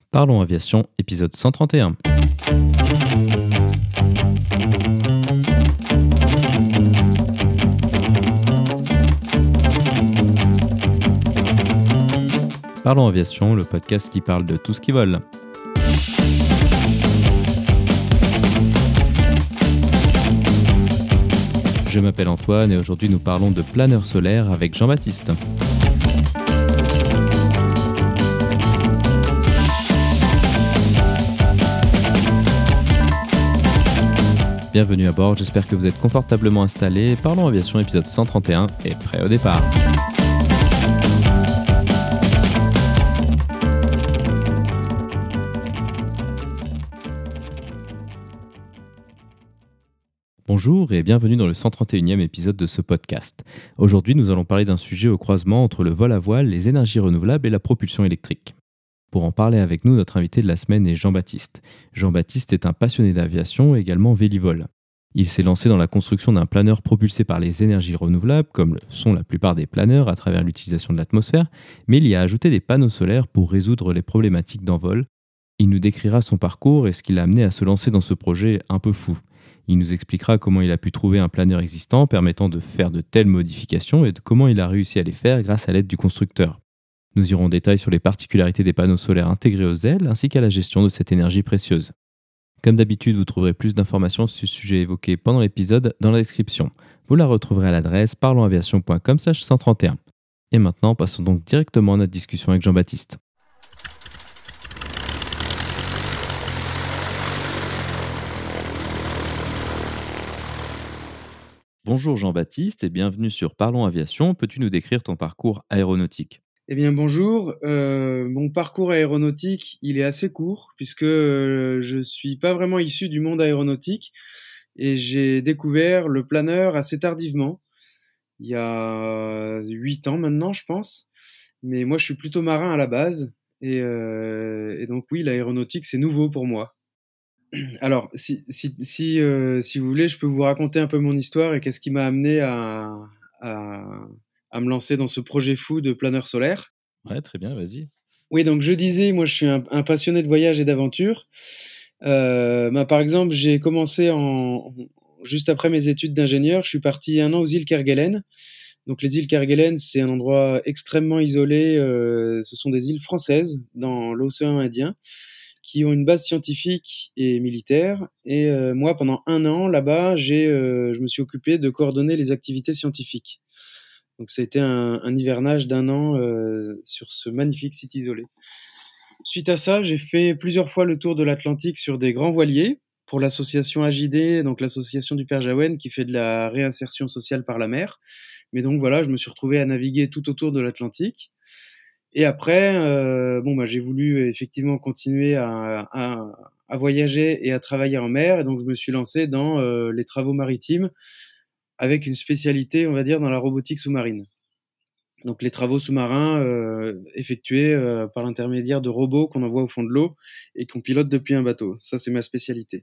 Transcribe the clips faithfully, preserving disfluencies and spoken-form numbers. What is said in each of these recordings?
Parlons Aviation, épisode cent trente et un. Parlons Aviation, le podcast qui parle de tout ce qui vole. Je m'appelle Antoine et aujourd'hui nous parlons de planeurs solaires avec Jean-Baptiste. Bienvenue à bord, j'espère que vous êtes confortablement installés. Parlons Aviation, épisode cent trente et un est prêt au départ. Bonjour et bienvenue dans le cent trente et unième épisode de ce podcast. Aujourd'hui, nous allons parler d'un sujet au croisement entre le vol à voile, les énergies renouvelables et la propulsion électrique. Pour en parler avec nous, notre invité de la semaine est Jean-Baptiste. Jean-Baptiste est un passionné d'aviation, également vélivole. Il s'est lancé dans la construction d'un planeur propulsé par les énergies renouvelables, comme le sont la plupart des planeurs à travers l'utilisation de l'atmosphère, mais il y a ajouté des panneaux solaires pour résoudre les problématiques d'envol. Il nous décrira son parcours et ce qui l'a amené à se lancer dans ce projet un peu fou. Il nous expliquera comment il a pu trouver un planeur existant permettant de faire de telles modifications et de comment il a réussi à les faire grâce à l'aide du constructeur. Nous irons en détail sur les particularités des panneaux solaires intégrés aux ailes ainsi qu'à la gestion de cette énergie précieuse. Comme d'habitude, vous trouverez plus d'informations sur ce sujet évoqué pendant l'épisode dans la description. Vous la retrouverez à l'adresse parlonsaviation point com slash cent trente et un. Et maintenant, passons donc directement à notre discussion avec Jean-Baptiste. Bonjour Jean-Baptiste et bienvenue sur Parlons Aviation. Peux-tu nous décrire ton parcours aéronautique ? Eh bien bonjour, euh, mon parcours aéronautique, il est assez court puisque euh, je suis pas vraiment issu du monde aéronautique et j'ai découvert le planeur assez tardivement, il y a huit ans maintenant je pense, mais moi je suis plutôt marin à la base et, euh, et donc oui, l'aéronautique c'est nouveau pour moi. Alors si, si, si, euh, si vous voulez, je peux vous raconter un peu mon histoire et qu'est-ce qui m'a amené à, à, à me lancer dans ce projet fou de planeur solaire. Ouais, très bien, vas-y. Oui, donc je disais, moi je suis un, un passionné de voyage et d'aventure. Euh, bah, par exemple, j'ai commencé en, juste après mes études d'ingénieur, je suis parti un an aux îles Kerguelen. Donc les îles Kerguelen, c'est un endroit extrêmement isolé. Euh, ce sont des îles françaises dans l'océan Indien qui ont une base scientifique et militaire. Et euh, moi, pendant un an là-bas, j'ai, euh, je me suis occupé de coordonner les activités scientifiques. Donc ça a été un, un hivernage d'un an euh, sur ce magnifique site isolé. Suite à ça, j'ai fait plusieurs fois le tour de l'Atlantique sur des grands voiliers pour l'association A J D, donc l'association du Père Jaouen qui fait de la réinsertion sociale par la mer. Mais donc voilà, je me suis retrouvé à naviguer tout autour de l'Atlantique. Et après, euh, bon, bah, j'ai voulu effectivement continuer à, à, à voyager et à travailler en mer. Et donc je me suis lancé dans euh, les travaux maritimes avec une spécialité, on va dire, dans la robotique sous-marine. Donc les travaux sous-marins euh, effectués euh, par l'intermédiaire de robots qu'on envoie au fond de l'eau et qu'on pilote depuis un bateau. Ça, c'est ma spécialité.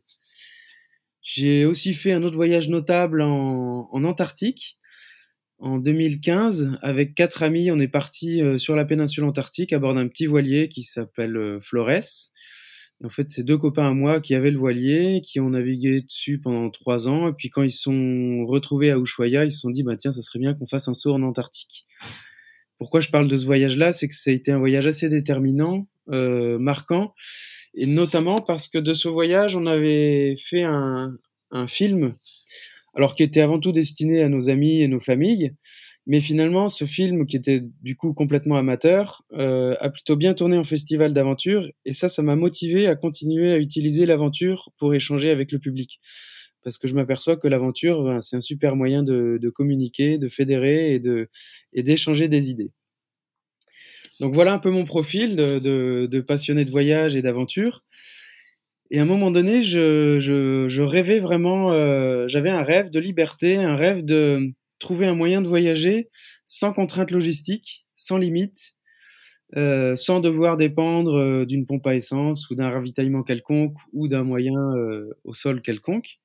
J'ai aussi fait un autre voyage notable en, en Antarctique. En deux mille quinze, avec quatre amis, on est parti euh, sur la péninsule antarctique à bord d'un petit voilier qui s'appelle euh, Flores. Et en fait, c'est deux copains à moi qui avaient le voilier, qui ont navigué dessus pendant trois ans. Et puis quand ils sont retrouvés à Ushuaia, ils se sont dit, bah, tiens, ça serait bien qu'on fasse un saut en Antarctique. Pourquoi je parle de ce voyage-là, c'est que ça a été un voyage assez déterminant, euh, marquant, et notamment parce que de ce voyage, on avait fait un, un film, alors qui était avant tout destiné à nos amis et nos familles, mais finalement, ce film, qui était du coup complètement amateur, euh, a plutôt bien tourné en festival d'aventure, et ça, ça m'a motivé à continuer à utiliser l'aventure pour échanger avec le public. Parce que je m'aperçois que l'aventure, ben, c'est un super moyen de, de communiquer, de fédérer et, de, et d'échanger des idées. Donc voilà un peu mon profil de, de, de passionné de voyage et d'aventure. Et à un moment donné, je, je, je rêvais vraiment, euh, j'avais un rêve de liberté, un rêve de trouver un moyen de voyager sans contraintes logistiques, sans limites, euh, sans devoir dépendre euh, d'une pompe à essence ou d'un ravitaillement quelconque ou d'un moyen euh, au sol quelconque.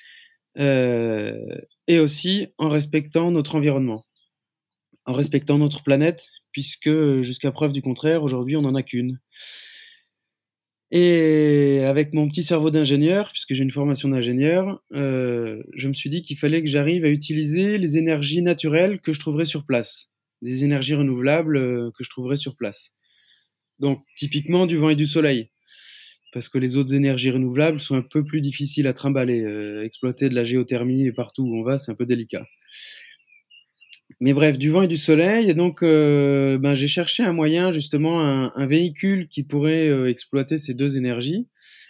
Euh, et aussi en respectant notre environnement, en respectant notre planète, puisque jusqu'à preuve du contraire, aujourd'hui, on n'en a qu'une. Et avec mon petit cerveau d'ingénieur, puisque j'ai une formation d'ingénieur, heu, je me suis dit qu'il fallait que j'arrive à utiliser les énergies naturelles que je trouverais sur place, des énergies renouvelables, heu, que je trouverais sur place. Donc typiquement du vent et du soleil, parce que les autres énergies renouvelables sont un peu plus difficiles à trimballer, heu, exploiter de la géothermie partout où on va, c'est un peu délicat. Mais bref, du vent et du soleil et donc heu, ben, j'ai cherché un moyen justement, un un véhicule qui pourrait, heu, exploiter ces deux énergies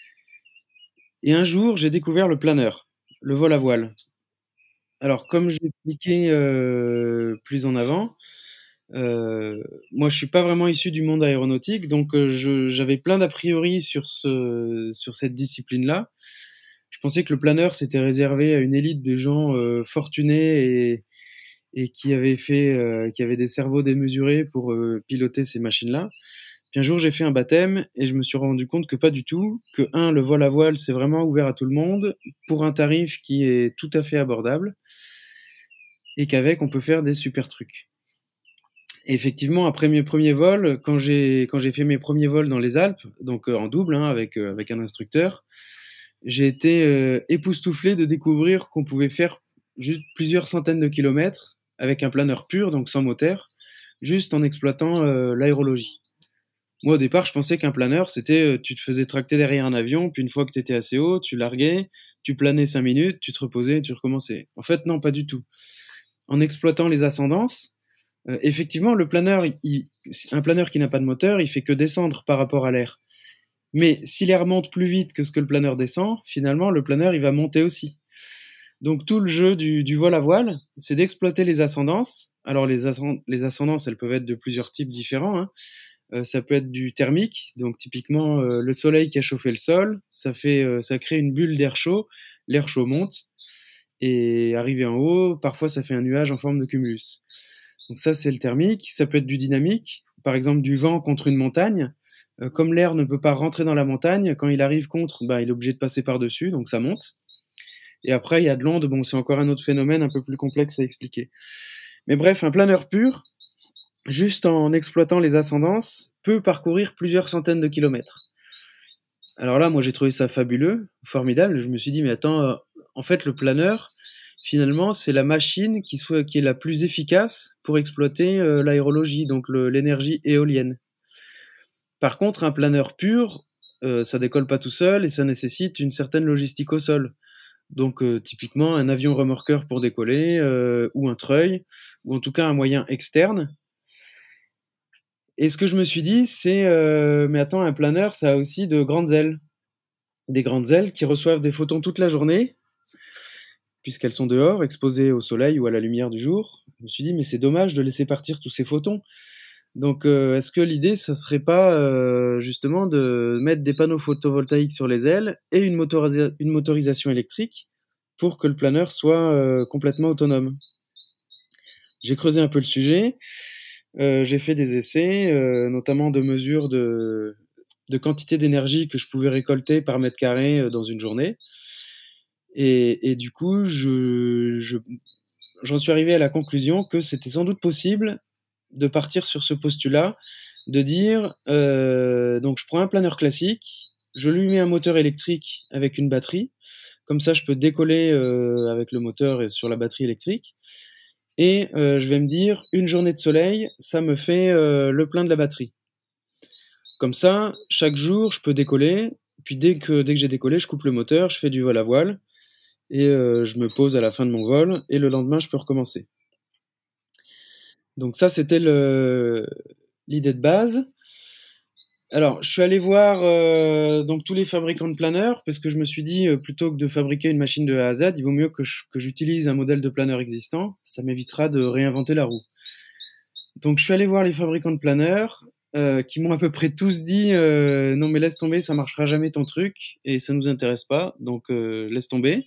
et un jour, j'ai découvert le planeur, le vol à voile. Alors comme je l'expliquais, heu, plus en avant, heu, moi je suis pas vraiment issu du monde aéronautique donc heu, je j'avais plein d'a priori sur ce sur cette discipline-là. Je pensais que le planeur, c'était réservé à une élite de gens, heu, fortunés et et qui avaient fait, heu, qui avaient des cerveaux démesurés pour, heu, piloter ces machines-là. Puis un jour, j'ai fait un baptême et je me suis rendu compte que pas du tout, que un le vol à voile, c'est vraiment ouvert à tout le monde, pour un tarif qui est tout à fait abordable et qu'avec, on peut faire des super trucs. Et effectivement, après mes premiers vols, quand j'ai quand j'ai fait mes premiers vols dans les Alpes, donc heu, en double, hein, avec, heu, avec un instructeur, j'ai été, heu, époustouflé de découvrir qu'on pouvait faire juste plusieurs centaines de kilomètres avec un planeur pur, donc sans moteur, juste en exploitant, heu, l'aérologie. Moi, au départ, je pensais qu'un planeur, c'était, heu, tu te faisais tracter derrière un avion, puis une fois que tu étais assez haut, tu larguais, tu planais cinq minutes, tu te reposais et tu recommençais. En fait, non, pas du tout. En exploitant les ascendances, heu, effectivement, le planeur, il un planeur qui n'a pas de moteur, il fait que descendre par rapport à l'air. Mais si l'air monte plus vite que ce que le planeur descend, finalement, le planeur, il va monter aussi. Donc tout le jeu du du vol à voile, c'est d'exploiter les ascendances. Alors les ascend les ascendances, elles peuvent être de plusieurs types différents, hein. Heu, ça peut être du thermique, donc typiquement, heu, le soleil qui a chauffé le sol, ça fait, heu, ça crée une bulle d'air chaud, l'air chaud monte et arrivé en haut, parfois ça fait un nuage en forme de cumulus. Donc ça, c'est le thermique. Ça peut être du dynamique, par exemple du vent contre une montagne. Heu, comme l'air ne peut pas rentrer dans la montagne, quand il arrive contre, bah, il est obligé de passer par-dessus, donc ça monte. Et après, il y a de l'onde, bon, c'est encore un autre phénomène un peu plus complexe à expliquer. Mais bref, un planeur pur, juste en exploitant les ascendances, peut parcourir plusieurs centaines de kilomètres. Alors là, moi, j'ai trouvé ça fabuleux, formidable. Je me suis dit, mais attends, euh, en fait, le planeur, finalement, c'est la machine qui, soit, qui est la plus efficace pour exploiter euh, l'aérologie, donc le- l'énergie éolienne. Par contre, un planeur pur, euh, ça décolle pas tout seul et ça nécessite une certaine logistique au sol. Donc, euh, typiquement, un avion remorqueur pour décoller, euh, ou un treuil, ou en tout cas un moyen externe. Et ce que je me suis dit, c'est, euh, mais attends, un planeur, ça a aussi de grandes ailes. Des grandes ailes qui reçoivent des photons toute la journée, puisqu'elles sont dehors, exposées au soleil ou à la lumière du jour. Je me suis dit, mais c'est dommage de laisser partir tous ces photons. Donc, euh, est-ce que l'idée, ça serait pas euh, justement de mettre des panneaux photovoltaïques sur les ailes et une, motorisa- une motorisation électrique pour que le planeur soit euh, complètement autonome? J'ai creusé un peu le sujet, euh, j'ai fait des essais, euh, notamment de mesures de, de quantité d'énergie que je pouvais récolter par mètre carré euh, dans une journée. Et, et du coup, je, je- j'en suis arrivé à la conclusion que c'était sans doute possible de partir sur ce postulat, de dire, euh, donc je prends un planeur classique, je lui mets un moteur électrique avec une batterie, comme ça je peux décoller euh, avec le moteur et sur la batterie électrique, et euh, je vais me dire, une journée de soleil, ça me fait euh, le plein de la batterie. Comme ça, chaque jour, je peux décoller, puis dès que, dès que j'ai décollé, je coupe le moteur, je fais du vol à voile, et euh, je me pose à la fin de mon vol, et le lendemain, je peux recommencer. Donc ça, c'était le, l'idée de base. Alors, je suis allé voir euh, donc tous les fabricants de planeurs, parce que je me suis dit, euh, plutôt que de fabriquer une machine de A à Z, il vaut mieux que, je- que j'utilise un modèle de planeur existant, ça m'évitera de réinventer la roue. Donc je suis allé voir les fabricants de planeurs, euh, qui m'ont à peu près tous dit, euh, non mais laisse tomber, ça marchera jamais ton truc, et ça nous intéresse pas, donc euh, laisse tomber.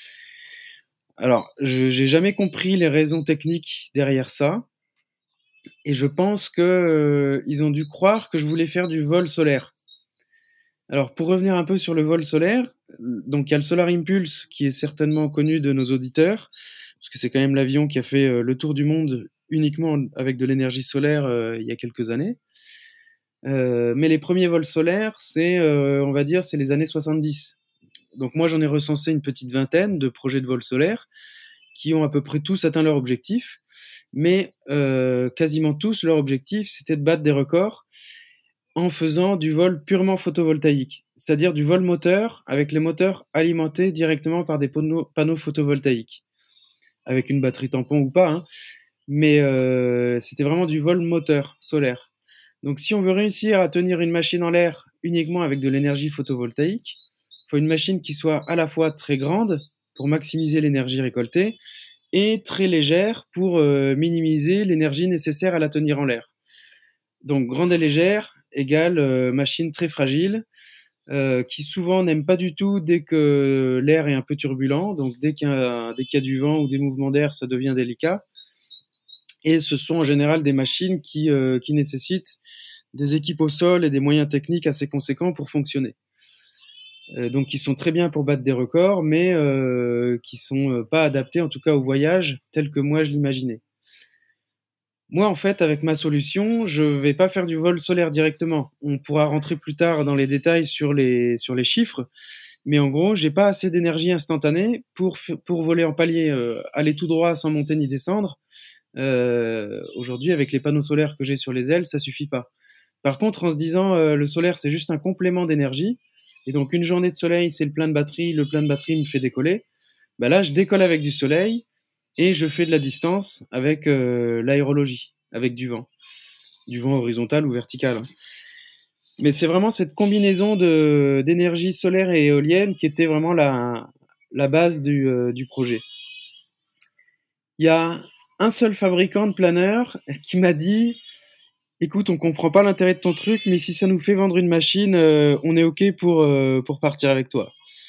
Alors, je j'ai jamais compris les raisons techniques derrière ça, et je pense que euh, ils ont dû croire que je voulais faire du vol solaire. Alors, pour revenir un peu sur le vol solaire, donc il y a le Solar Impulse qui est certainement connu de nos auditeurs, parce que c'est quand même l'avion qui a fait euh, le tour du monde uniquement avec de l'énergie solaire euh, il y a quelques années. Euh, mais les premiers vols solaires, c'est, euh, on va dire, c'est les années soixante-dix. Donc moi, j'en ai recensé une petite vingtaine de projets de vols solaires qui ont à peu près tous atteint leur objectif, mais euh, quasiment tous, leur objectif, c'était de battre des records en faisant du vol purement photovoltaïque, c'est-à-dire du vol moteur avec les moteurs alimentés directement par des panneaux, panneaux photovoltaïques, avec une batterie tampon ou pas, hein, mais euh, c'était vraiment du vol moteur solaire. Donc si on veut réussir à tenir une machine en l'air uniquement avec de l'énergie photovoltaïque, il faut une machine qui soit à la fois très grande pour maximiser l'énergie récoltée et très légère pour euh, minimiser l'énergie nécessaire à la tenir en l'air. Donc grande et légère égale euh, machine très fragile, euh, qui souvent n'aime pas du tout dès que l'air est un peu turbulent. Donc dès qu'il y a, dès qu'il y a du vent ou des mouvements d'air, ça devient délicat. Et ce sont en général des machines qui, euh, qui nécessitent des équipes au sol et des moyens techniques assez conséquents pour fonctionner. Euh, donc qui sont très bien pour battre des records, mais euh, qui sont euh, pas adaptés en tout cas au voyage tel que moi je l'imaginais. Moi, en fait, avec ma solution, je vais pas faire du vol solaire directement. On pourra rentrer plus tard dans les détails sur les, sur les chiffres, mais en gros, j'ai pas assez d'énergie instantanée pour, pour voler en palier, euh, aller tout droit sans monter ni descendre. Euh, aujourd'hui, avec les panneaux solaires que j'ai sur les ailes, ça suffit pas. Par contre, en se disant euh, le solaire, c'est juste un complément d'énergie, et donc une journée de soleil, c'est le plein de batterie, le plein de batterie me fait décoller, bah là, je décolle avec du soleil, et je fais de la distance avec euh, l'aérologie, avec du vent, du vent horizontal ou vertical. Mais c'est vraiment cette combinaison de, d'énergie solaire et éolienne qui était vraiment la, la base du, euh, du projet. Il y a un seul fabricant de planeurs qui m'a dit: écoute, on comprend pas l'intérêt de ton truc, mais si ça nous fait vendre une machine, euh, on est OK pour, euh, pour partir avec toi.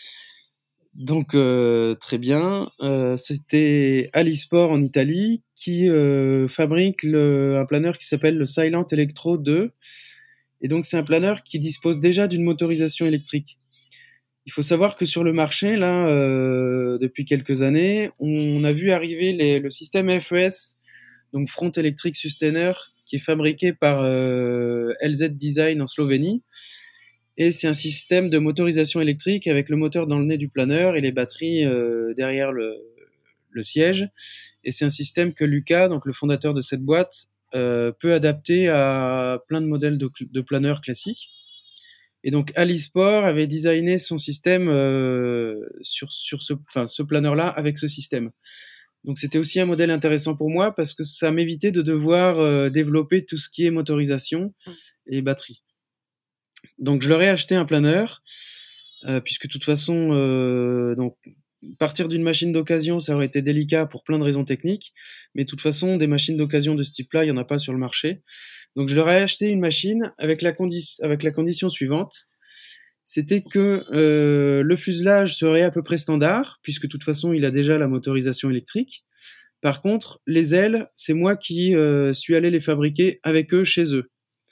Donc, euh, très bien. Euh, c'était Alisport en Italie qui euh, fabrique le, un planeur qui s'appelle le Silent Electro deux. Et donc, c'est un planeur qui dispose déjà d'une motorisation électrique. Il faut savoir que sur le marché, là, euh, depuis quelques années, on a vu arriver les, le système F E S, donc Front Electric Sustainer, qui est fabriqué par euh, L Z Design en Slovénie. Et c'est un système de motorisation électrique avec le moteur dans le nez du planeur et les batteries euh, derrière le, le siège. Et c'est un système que Lucas, donc le fondateur de cette boîte, euh, peut adapter à plein de modèles de, de planeurs classiques. Et donc Alisport avait designé son système euh, sur, sur ce, enfin, ce planeur-là avec ce système. Donc c'était aussi un modèle intéressant pour moi parce que ça m'évitait de devoir euh, développer tout ce qui est motorisation et batterie. Donc je leur ai acheté un planeur, euh, puisque de toute façon, euh, donc, partir d'une machine d'occasion, ça aurait été délicat pour plein de raisons techniques, mais de toute façon, des machines d'occasion de ce type-là, il n'y en a pas sur le marché. Donc je leur ai acheté une machine avec la, condi- avec la condition suivante, c'était que euh, le fuselage serait à peu près standard, puisque de toute façon, il a déjà la motorisation électrique. Par contre, les ailes, c'est moi qui euh, suis allé les fabriquer avec eux chez eux.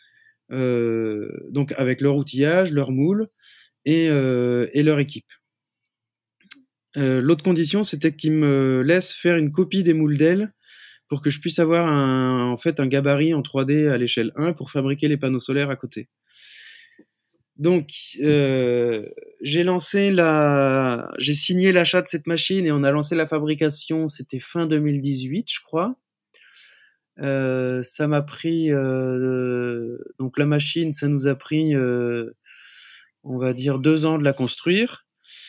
Euh, donc avec leur outillage, leur moule et, euh, et leur équipe. Euh, l'autre condition, c'était qu'ils me laissent faire une copie des moules d'ailes pour que je puisse avoir un, en fait un gabarit en trois D à l'échelle un pour fabriquer les panneaux solaires à côté. Donc euh, j'ai lancé la, j'ai signé l'achat de cette machine et on a lancé la fabrication. C'était fin deux mille dix-huit, je crois. Euh, ça m'a pris euh, donc la machine, ça nous a pris, euh, on va dire, deux ans de la construire.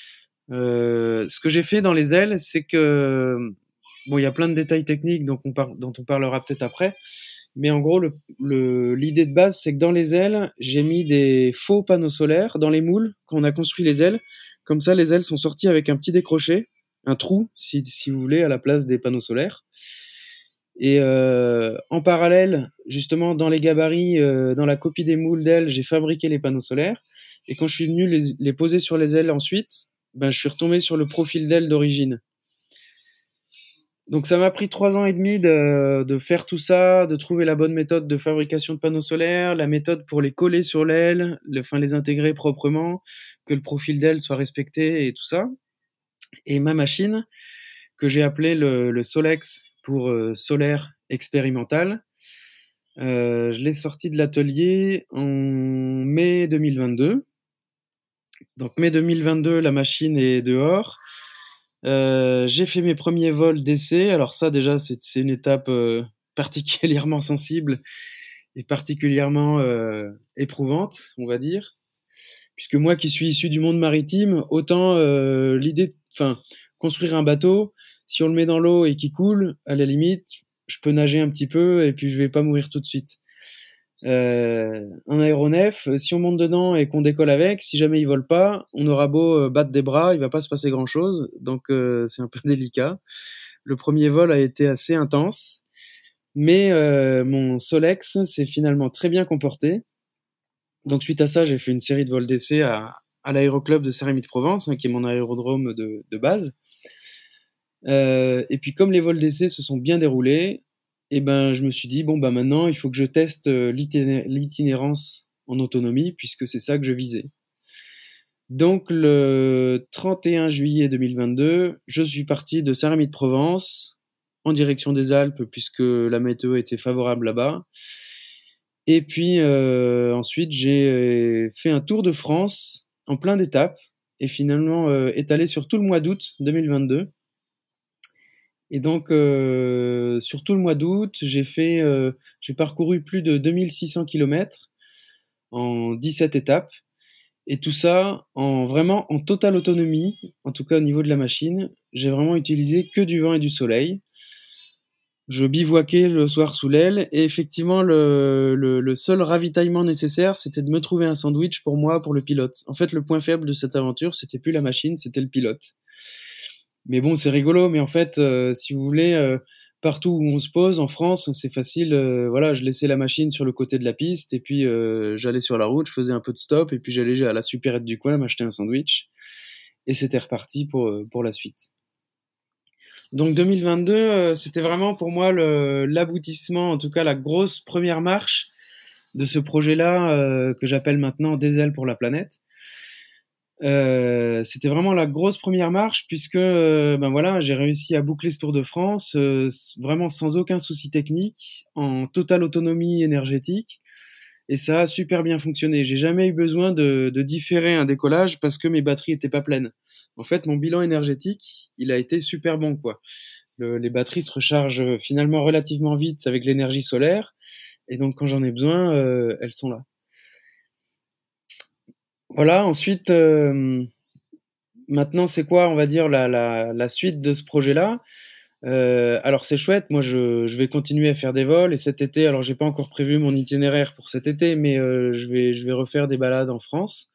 Euh, ce que j'ai fait dans les ailes, c'est que bon, il y a plein de détails techniques donc on par, dont on parlera peut-être après, mais en gros, le, le, l'idée de base, c'est que dans les ailes, j'ai mis des faux panneaux solaires dans les moules quand on a construit les ailes. Comme ça, les ailes sont sorties avec un petit décroché, un trou, si, si vous voulez, à la place des panneaux solaires. Et euh, en parallèle, justement, dans les gabarits, euh, dans la copie des moules d'ailes, j'ai fabriqué les panneaux solaires. Et quand je suis venu les, les poser sur les ailes ensuite, ben, je suis retombé sur le profil d'aile d'origine. Donc ça m'a pris trois ans et demi de, de faire tout ça, de trouver la bonne méthode de fabrication de panneaux solaires, la méthode pour les coller sur l'aile, le, enfin les intégrer proprement, que le profil d'aile soit respecté et tout ça. Et ma machine, que j'ai appelée le, le Solex pour euh, solaire expérimental, Heu, je l'ai sorti de l'atelier en mai deux mille vingt-deux. Donc mai deux mille vingt-deux, la machine est dehors. Heu, j'ai fait mes premiers vols d'essai. Alors ça déjà, c'est c'est une étape, heu, particulièrement sensible et particulièrement, heu, éprouvante, on va dire. Puisque moi qui suis issu du monde maritime, autant, heu, l'idée enfin, construire un bateau, si on le met dans l'eau et qu'il coule, à la limite, je peux nager un petit peu et puis je vais pas mourir tout de suite. Heu, un aéronef, si on monte dedans et qu'on décolle avec, si jamais il vole pas, on aura beau, heu, battre des bras, il va pas se passer grand chose, donc heu, c'est un peu délicat. Le premier vol a été assez intense, mais heu, mon Solex s'est finalement très bien comporté. Donc suite à ça, j'ai fait une série de vols d'essai à à l'aéroclub de Saint-Rémy-de-Provence, hein, qui est mon aérodrome de de base. Heu et puis comme les vols d'essai se sont bien déroulés, et ben, je me suis dit: «Bon, bah, maintenant, il faut que je teste, heu, l'iténé l'itinérance en autonomie puisque c'est ça que je visais». Donc le trente et un juillet deux mille vingt-deux, je suis parti de Saint-Rémy-de-Provence en direction des Alpes puisque la météo était favorable là-bas. Et puis, heu, ensuite j'ai fait un tour de France en plein d'étapes et finalement, heu, étalé sur tout le mois d'août deux mille vingt-deux. Et donc, heu, sur tout le mois d'août, j'ai fait, heu, j'ai parcouru plus de deux mille six cents kilomètres en dix-sept étapes et tout ça en vraiment en totale autonomie, en tout cas au niveau de la machine. J'ai vraiment utilisé que du vent et du soleil. Je bivouaquais le soir sous l'aile et effectivement le le le seul ravitaillement nécessaire, c'était de me trouver un sandwich pour moi, pour le pilote. En fait, le point faible de cette aventure, c'était plus la machine, c'était le pilote. Mais bon, c'est rigolo, mais en fait, heu, si vous voulez, heu, partout où on se pose en France, c'est facile, heu, voilà, je laissais la machine sur le côté de la piste et puis, heu, j'allais sur la route, je faisais un peu de stop et puis j'allais à la supérette du coin m'acheter un sandwich et c'était reparti pour, heu, pour la suite. Donc deux mille vingt-deux, heu, c'était vraiment pour moi le l'aboutissement, en tout cas la grosse première marche de ce projet-là, heu, que j'appelle maintenant Des ailes pour la planète. Heu, c'était vraiment la grosse première marche puisque, heu, ben, voilà, j'ai réussi à boucler ce Tour de France, heu, s vraiment sans aucun souci technique, en totale autonomie énergétique et ça a super bien fonctionné. J'ai jamais eu besoin de de différer un décollage parce que mes batteries étaient pas pleines. En fait, mon bilan énergétique, il a été super bon, quoi. Le les batteries se rechargent, heu, finalement relativement vite avec l'énergie solaire et donc quand j'en ai besoin, heu, elles sont là. Voilà, ensuite, hem, maintenant c'est quoi, on va dire, la la la suite de ce projet-là? Heu, alors c'est chouette, moi je je vais continuer à faire des vols et cet été, alors j'ai pas encore prévu mon itinéraire pour cet été, mais heu, je vais je vais refaire des balades en France.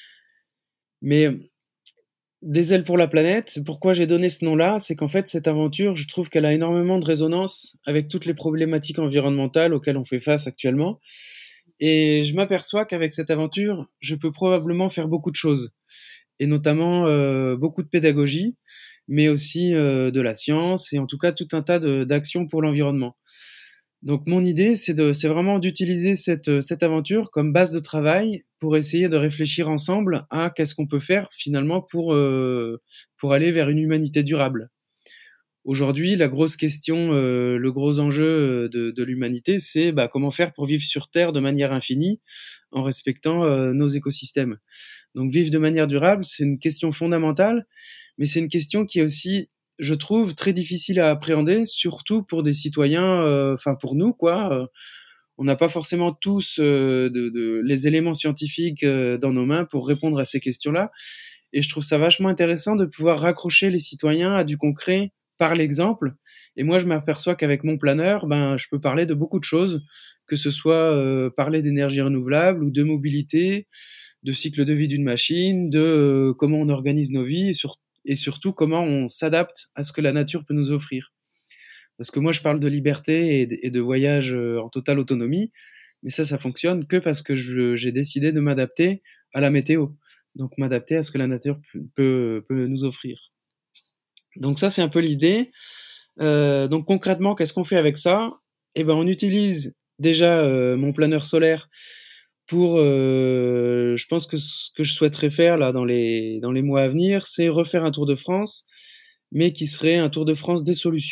Mais, hem, Des ailes pour la planète, pourquoi j'ai donné ce nom-là? C'est qu'en fait cette aventure, je trouve qu'elle a énormément de résonance avec toutes les problématiques environnementales auxquelles on fait face actuellement et je m'aperçois qu'avec cette aventure, je peux probablement faire beaucoup de choses et notamment, heu, beaucoup de pédagogie, mais aussi, heu, de la science et en tout cas tout un tas de d'actions pour l'environnement. Donc mon idée, c'est de c'est vraiment d'utiliser cette, heu, cette aventure comme base de travail pour essayer de réfléchir ensemble à qu'est-ce qu'on peut faire finalement pour, heu, pour aller vers une humanité durable. Aujourd'hui, la grosse question, heu, le gros enjeu, heu, de de l'humanité, c'est, bah, comment faire pour vivre sur terre de manière infinie en respectant, heu, nos écosystèmes. Donc vivre de manière durable, c'est une question fondamentale, mais c'est une question qui est aussi, je trouve, très difficile à appréhender, surtout pour des citoyens, heu, enfin pour nous quoi, heu, on n'a pas forcément tous, heu, de de les éléments scientifiques, heu, dans nos mains pour répondre à ces questions-là et je trouve ça vachement intéressant de pouvoir raccrocher les citoyens à du concret par l'exemple et moi je m'aperçois qu'avec mon planeur, ben, je peux parler de beaucoup de choses, que ce soit, heu, parler d'énergie renouvelable ou de mobilité, de cycle de vie d'une machine, de, heu, comment on organise nos vies et sur et surtout comment on s'adapte à ce que la nature peut nous offrir. Parce que moi je parle de liberté et de et de voyage, heu, en totale autonomie, mais ça, ça fonctionne que parce que je j'ai décidé de m'adapter à la météo. Donc m'adapter à ce que la nature p peut peut nous offrir. Donc ça, c'est un peu l'idée. Heu, donc concrètement, qu'est-ce qu'on fait avec ça? Et ben, on utilise déjà, heu, mon planeur solaire pour, heu, je pense que ce que je souhaiterais faire là dans les dans les mois à venir, c'est refaire un Tour de France, mais qui serait un Tour de France des solutions,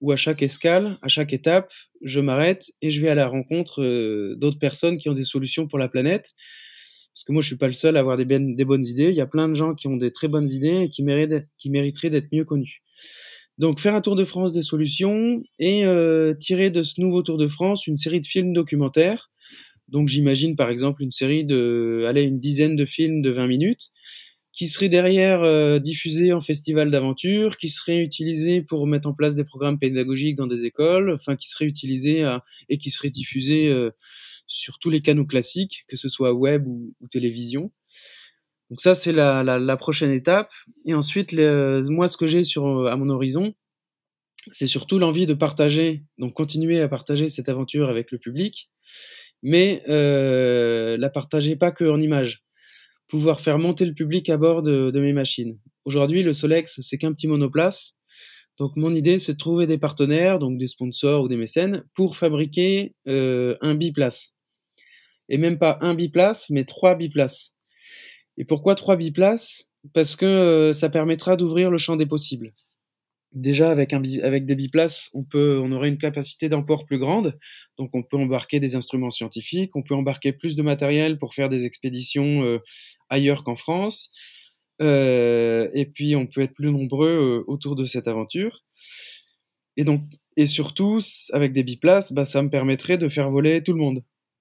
où à chaque escale, à chaque étape, je m'arrête et je vais à la rencontre euh, d'autres personnes qui ont des solutions pour la planète. Parce que moi, je suis pas le seul à avoir des, ben- des bonnes idées. Il y a plein de gens qui ont des très bonnes idées et qui, méritent, qui mériteraient d'être mieux connus. Donc, faire un tour de France des solutions et euh, tirer de ce nouveau Tour de France une série de films documentaires. Donc, j'imagine par exemple une série de, allez, une dizaine de films de vingt minutes qui seraient derrière euh, diffusés en festival d'aventure, qui seraient utilisés pour mettre en place des programmes pédagogiques dans des écoles, enfin qui seraient utilisés à, et qui seraient diffusés euh, sur tous les canaux classiques, que ce soit web ou, ou télévision. Donc ça, c'est la, la, la prochaine étape. Et ensuite, les, moi, ce que j'ai sur à mon horizon, c'est surtout l'envie de partager, donc continuer à partager cette aventure avec le public, mais euh, la partager pas que en images. Pouvoir faire monter le public à bord de, de mes machines. Aujourd'hui, le Solex, c'est qu'un petit monoplace. Donc, mon idée, c'est de trouver des partenaires, donc des sponsors ou des mécènes, pour fabriquer euh, un biplace. Et même pas un biplace, mais trois biplaces. Et pourquoi trois biplaces? Parce que euh, ça permettra d'ouvrir le champ des possibles. Déjà, avec, un bi- avec des biplaces, on, peut, on aurait une capacité d'emport plus grande. Donc, on peut embarquer des instruments scientifiques, on peut embarquer plus de matériel pour faire des expéditions euh, ailleurs qu'en France. Euh, et puis, on peut être plus nombreux euh, autour de cette aventure. Et donc, et surtout, avec des biplaces, bah, ça me permettrait de faire voler tout le monde.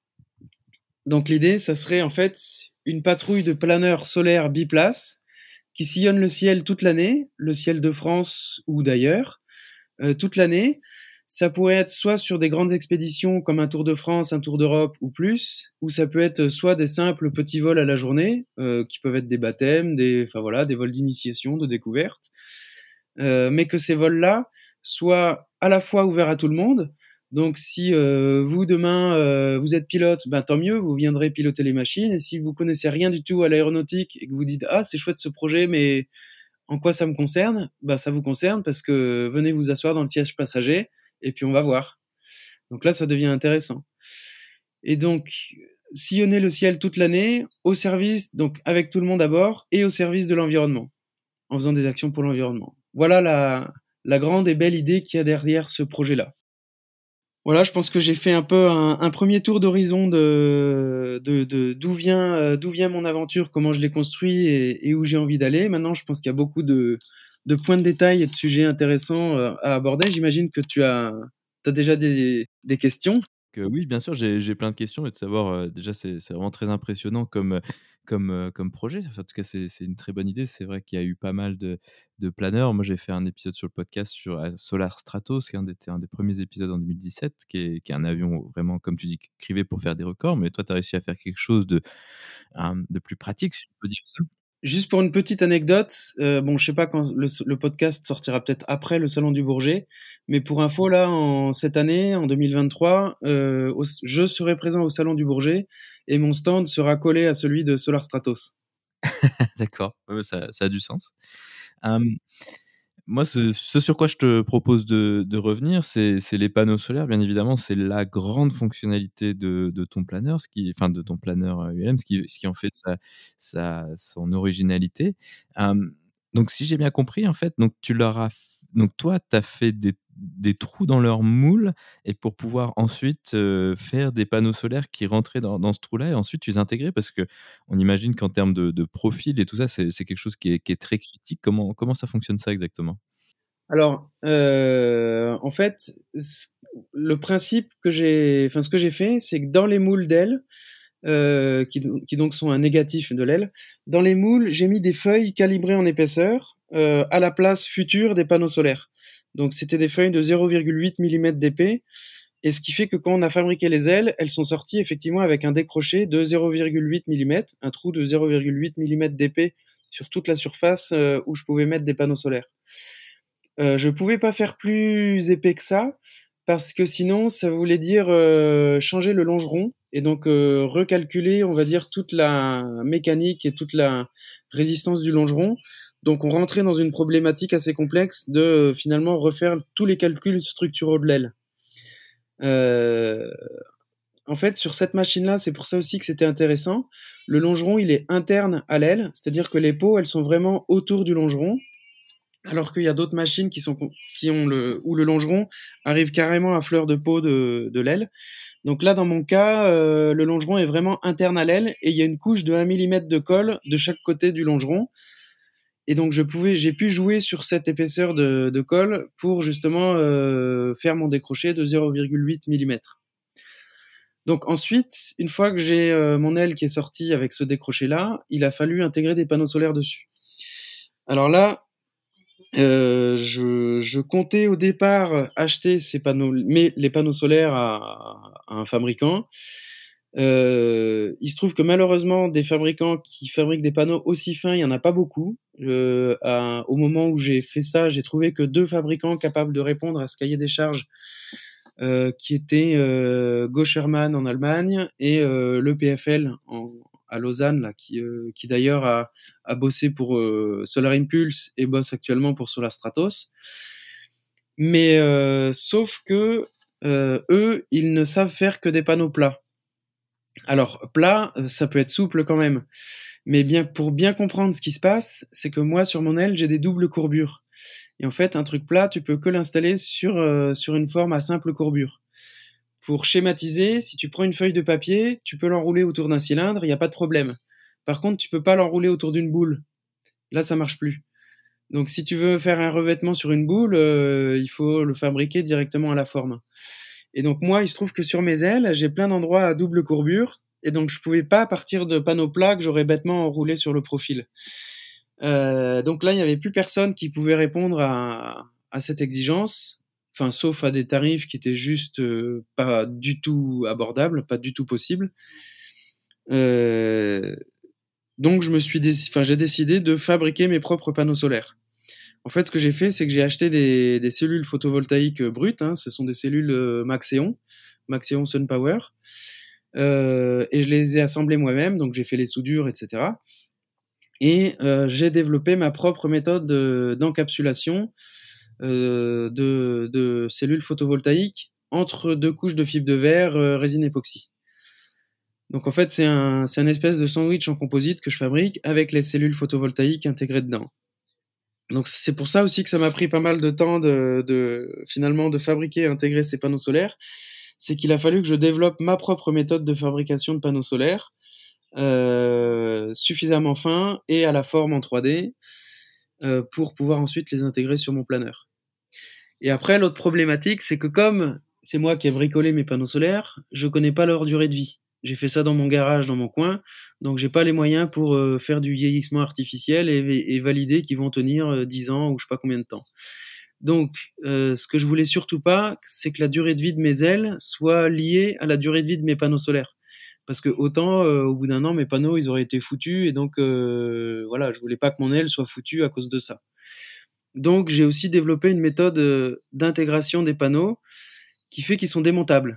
Donc, l'idée, ça serait en fait une patrouille de planeurs solaires biplaces qui sillonnent le ciel toute l'année, le ciel de France ou d'ailleurs, euh, toute l'année. Ça pourrait être soit sur des grandes expéditions comme un Tour de France, un Tour d'Europe ou plus, ou ça peut être soit des simples petits vols à la journée, euh, qui peuvent être des baptêmes, des, enfin voilà, des vols d'initiation, de découverte, euh, mais que ces vols-là soient à la fois ouverts à tout le monde. Donc si euh, vous demain euh, vous êtes pilote, ben tant mieux, vous viendrez piloter les machines. Et si vous connaissez rien du tout à l'aéronautique et que vous dites ah c'est chouette ce projet, mais en quoi ça me concerne? Bah, ça vous concerne parce que venez vous asseoir dans le siège passager et puis on va voir. Donc là, ça devient intéressant. Et donc, sillonner le ciel toute l'année au service, donc avec tout le monde à bord et au service de l'environnement, en faisant des actions pour l'environnement. Voilà la, la grande et belle idée qu'il y a derrière ce projet-là. Voilà, je pense que j'ai fait un peu un, un premier tour d'horizon de, de, de d'où vient euh, d'où vient mon aventure, comment je l'ai construit et, et où j'ai envie d'aller. Maintenant, je pense qu'il y a beaucoup de, de points de détail et de sujets intéressants euh, à aborder. J'imagine que tu as, t'as déjà des, des questions. Que oui, bien sûr, j'ai j'ai plein de questions et de savoir, heu, déjà, c'est c'est vraiment très impressionnant comme, heu, comme, heu, comme projet. Enfin, en tout cas, c'est c'est une très bonne idée. C'est vrai qu'il y a eu pas mal de de planeurs. Moi, j'ai fait un épisode sur le podcast sur, heu, Solar Stratos, qui est un des un des premiers épisodes en deux mille dix-sept, qui est qui est un avion vraiment, comme tu dis, qui crivait pour faire des records. Mais toi, tu as réussi à faire quelque chose de, hem, de plus pratique, si on peut dire ça? Juste pour une petite anecdote, euh, bon, je sais pas quand le, le podcast sortira peut-être après le Salon du Bourget, mais pour info, là, en cette année, en deux mille vingt-trois, euh, au- je serai présent au Salon du Bourget et mon stand sera collé à celui de Solar Stratos. D'accord, ouais, ouais, ça ça a du sens. Hem Moi, ce ce sur quoi je te propose de de revenir, c'est c'est les panneaux solaires. Bien évidemment, c'est la grande fonctionnalité de de ton planeur, ce qui enfin, de ton planeur, heu, U L M, ce qui ce qui en fait sa sa son originalité. Hem, donc si j'ai bien compris, en fait, donc tu leur as f donc toi, tu as fait des des trous dans leur moule et pour pouvoir ensuite, heu, faire des panneaux solaires qui rentraient dans dans ce trou-là et ensuite tu les intégrais? Parce qu'on imagine qu'en termes de de profil et tout ça, c'est c'est quelque chose qui est qui est très critique. Comment comment ça fonctionne ça exactement? Alors, heu, en fait, ce le principe que j'ai enfin, ce que j'ai fait, c'est que dans les moules d'ailes, heu, qui don qui donc sont un négatif de l'aile, dans les moules, j'ai mis des feuilles calibrées en épaisseur, heu, à la place future des panneaux solaires. Donc c'était des feuilles de zéro virgule huit millimètres d'épais et ce qui fait que quand on a fabriqué les ailes, elles sont sorties effectivement avec un décroché de zéro virgule huit millimètres, un trou de zéro virgule huit millimètres d'épais sur toute la surface, heu, où je pouvais mettre des panneaux solaires. Heu, je pouvais pas faire plus épais que ça, parce que sinon ça voulait dire, heu, changer le longeron et donc, heu, recalculer, on va dire, toute la mécanique et toute la résistance du longeron. Donc on rentrait dans une problématique assez complexe de, heu, finalement refaire tous les calculs structuraux de l'aile. Heu, En fait, sur cette machine-là, c'est pour ça aussi que c'était intéressant. Le longeron, il est interne à l'aile, c'est-à-dire que les peaux, elles sont vraiment autour du longeron alors qu'il y a d'autres machines qui sont qui ont le où le longeron arrive carrément à fleur de peau de de l'aile. Donc là, dans mon cas, heu, le longeron est vraiment interne à l'aile et il y a une couche de un millimètre de colle de chaque côté du longeron et donc je pouvais j'ai pu jouer sur cette épaisseur de de colle pour justement, heu, faire mon décroché de zéro virgule huit millimètres. Donc ensuite, une fois que j'ai, heu, mon aile qui est sortie avec ce décroché-là, il a fallu intégrer des panneaux solaires dessus. Alors là, heu, je je comptais au départ acheter ces panneaux mais les panneaux solaires à à un fabricant. Heu, il se trouve que malheureusement des fabricants qui fabriquent des panneaux aussi fins, il y en a pas beaucoup. Heu, à au moment où j'ai fait ça, j'ai trouvé que deux fabricants capables de répondre à ce cahier des charges, heu, qui étaient, heu, Gauchermann en Allemagne et heu, l'E P F L en à Lausanne là, qui, heu, qui d'ailleurs a a bossé pour, heu, Solar Impulse et bosse actuellement pour Solar Stratos. Mais heu, sauf que, heu, eux, ils ne savent faire que des panneaux plats. Alors plat, heu, ça peut être souple quand même, mais bien pour bien comprendre ce qui se passe, c'est que moi sur mon aile, j'ai des doubles courbures et en fait, un truc plat, tu peux que l'installer sur, heu, sur une forme à simple courbure. Pour schématiser, si tu prends une feuille de papier, tu peux l'enrouler autour d'un cylindre, il y a pas de problème. Par contre, tu peux pas l'enrouler autour d'une boule. Là, ça marche plus. Donc si tu veux faire un revêtement sur une boule, heu, il faut le fabriquer directement à la forme. Et donc moi, il se trouve que sur mes ailes, j'ai plein d'endroits à double courbure et donc je pouvais pas partir de panneaux plats que j'aurais bêtement enroulés sur le profil. Heu, donc là, il y avait plus personne qui pouvait répondre à à cette exigence, enfin sauf à des tarifs qui étaient juste, heu, pas du tout abordables, pas du tout possibles. Heu, donc je me suis déci enfin j'ai décidé de fabriquer mes propres panneaux solaires. En fait, ce que j'ai fait, c'est que j'ai acheté des des cellules photovoltaïques, heu, brutes, hein, ce sont des cellules, heu, Maxeon, Maxeon SunPower, heu et je les ai assemblées moi-même, donc j'ai fait les soudures et cetera et heu, j'ai développé ma propre méthode, heu, d'encapsulation, heu, de de cellules photovoltaïques entre deux couches de fibre de verre, heu, résine époxy. Donc en fait, c'est un c'est un espèce de sandwich en composite que je fabrique avec les cellules photovoltaïques intégrées dedans. Donc c'est pour ça aussi que ça m'a pris pas mal de temps de de finalement de fabriquer et intégrer ces panneaux solaires. C'est qu'il a fallu que je développe ma propre méthode de fabrication de panneaux solaires, heu, suffisamment fins et à la forme en trois D, heu, pour pouvoir ensuite les intégrer sur mon planeur. Et après l'autre problématique, c'est que comme c'est moi qui ai bricolé mes panneaux solaires, je connais pas leur durée de vie. J'ai fait ça dans mon garage, dans mon coin, donc j'ai pas les moyens pour, heu, faire du vieillissement artificiel et et valider qu'ils vont tenir, heu, dix ans ou je sais pas combien de temps. Donc, heu, ce que je voulais surtout pas, c'est que la durée de vie de mes ailes soit liée à la durée de vie de mes panneaux solaires. Parce que autant, heu, au bout d'un an, mes panneaux, ils auraient été foutus et donc, heu, voilà, je voulais pas que mon aile soit foutue à cause de ça. Donc j'ai aussi développé une méthode, heu, d'intégration des panneaux qui fait qu'ils sont démontables.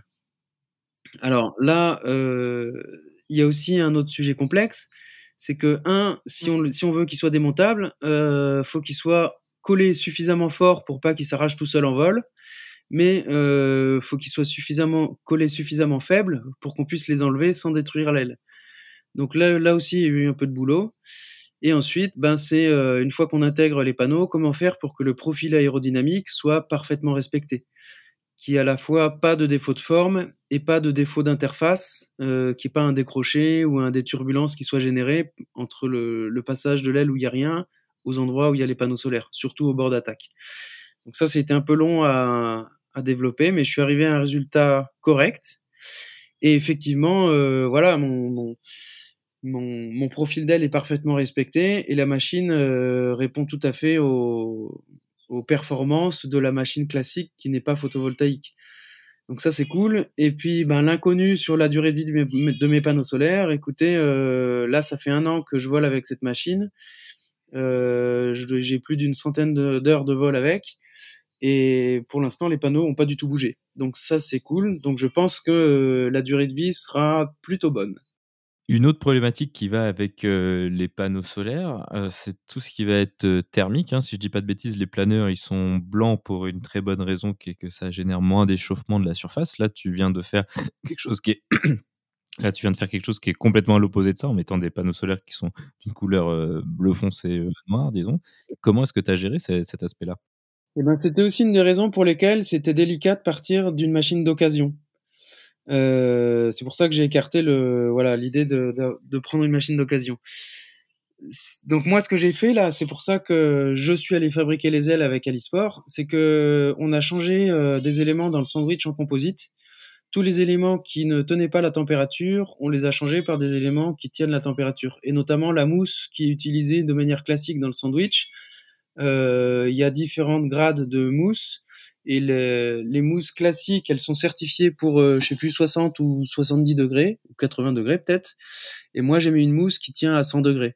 Alors là, heu, il y a aussi un autre sujet complexe, c'est que un, si on le si on veut qu'il soit démontable, heu, faut qu'il soit collé suffisamment fort pour pas qu'il s'arrache tout seul en vol, mais heu, faut qu'il soit suffisamment collé suffisamment faible pour qu'on puisse les enlever sans détruire l'aile. Donc là là aussi, il y a eu un peu de boulot et ensuite, ben, c'est, heu, une fois qu'on intègre les panneaux, comment faire pour que le profil aérodynamique soit parfaitement respecté? Qu'il y ait à la fois pas de défaut de forme et pas de défaut d'interface, heu, qu'il y ait pas un décroché ou un des turbulences qui soient générées entre le le passage de l'aile où il y a rien, aux endroits où il y a les panneaux solaires, surtout au bord d'attaque. Donc ça, c'était un peu long à à développer, mais je suis arrivé à un résultat correct et effectivement, heu, voilà, mon mon mon mon profil d'aile est parfaitement respecté et la machine, heu, répond tout à fait aux aux performances de la machine classique qui n'est pas photovoltaïque. Donc ça, c'est cool et puis, ben, l'inconnu sur la durée de vie de mes de mes panneaux solaires, écoutez, heu, là, ça fait un an que je vole avec cette machine. Heu, je j'ai plus d'une centaine de d'heures de vol avec et pour l'instant, les panneaux ont pas du tout bougé. Donc ça, c'est cool. Donc je pense que, heu, la durée de vie sera plutôt bonne. Une autre problématique qui va avec, heu, les panneaux solaires, heu, c'est tout ce qui va être, heu, thermique, hein. Si je dis pas de bêtises, les planeurs, ils sont blancs pour une très bonne raison qui est que ça génère moins d'échauffement de la surface. Là, tu viens de faire quelque chose qui est là, tu viens de faire quelque chose qui est complètement à l'opposé de ça, en mettant des panneaux solaires qui sont d'une couleur, heu, bleu foncé, heu, noir, disons. Comment est-ce que tu as géré ce cet aspect-là? Et ben, c'était aussi une des raisons pour lesquelles c'était délicat de partir d'une machine d'occasion. Heu, c'est pour ça que j'ai écarté le voilà, l'idée de de de prendre une machine d'occasion. S donc moi, ce que j'ai fait là, c'est pour ça que je suis allé fabriquer les ailes avec Alisport, c'est qu'on a changé, heu, des éléments dans le sandwich en composite. Tous les éléments qui ne tenaient pas la température, on les a changés par des éléments qui tiennent la température et notamment la mousse qui est utilisée de manière classique dans le sandwich. Heu, il y a différentes grades de mousse et les les mousses classiques, elles sont certifiées pour, heu, je sais plus soixante ou soixante-dix degrés ou quatre-vingts degrés peut-être et moi j'ai mis une mousse qui tient à cent degrés.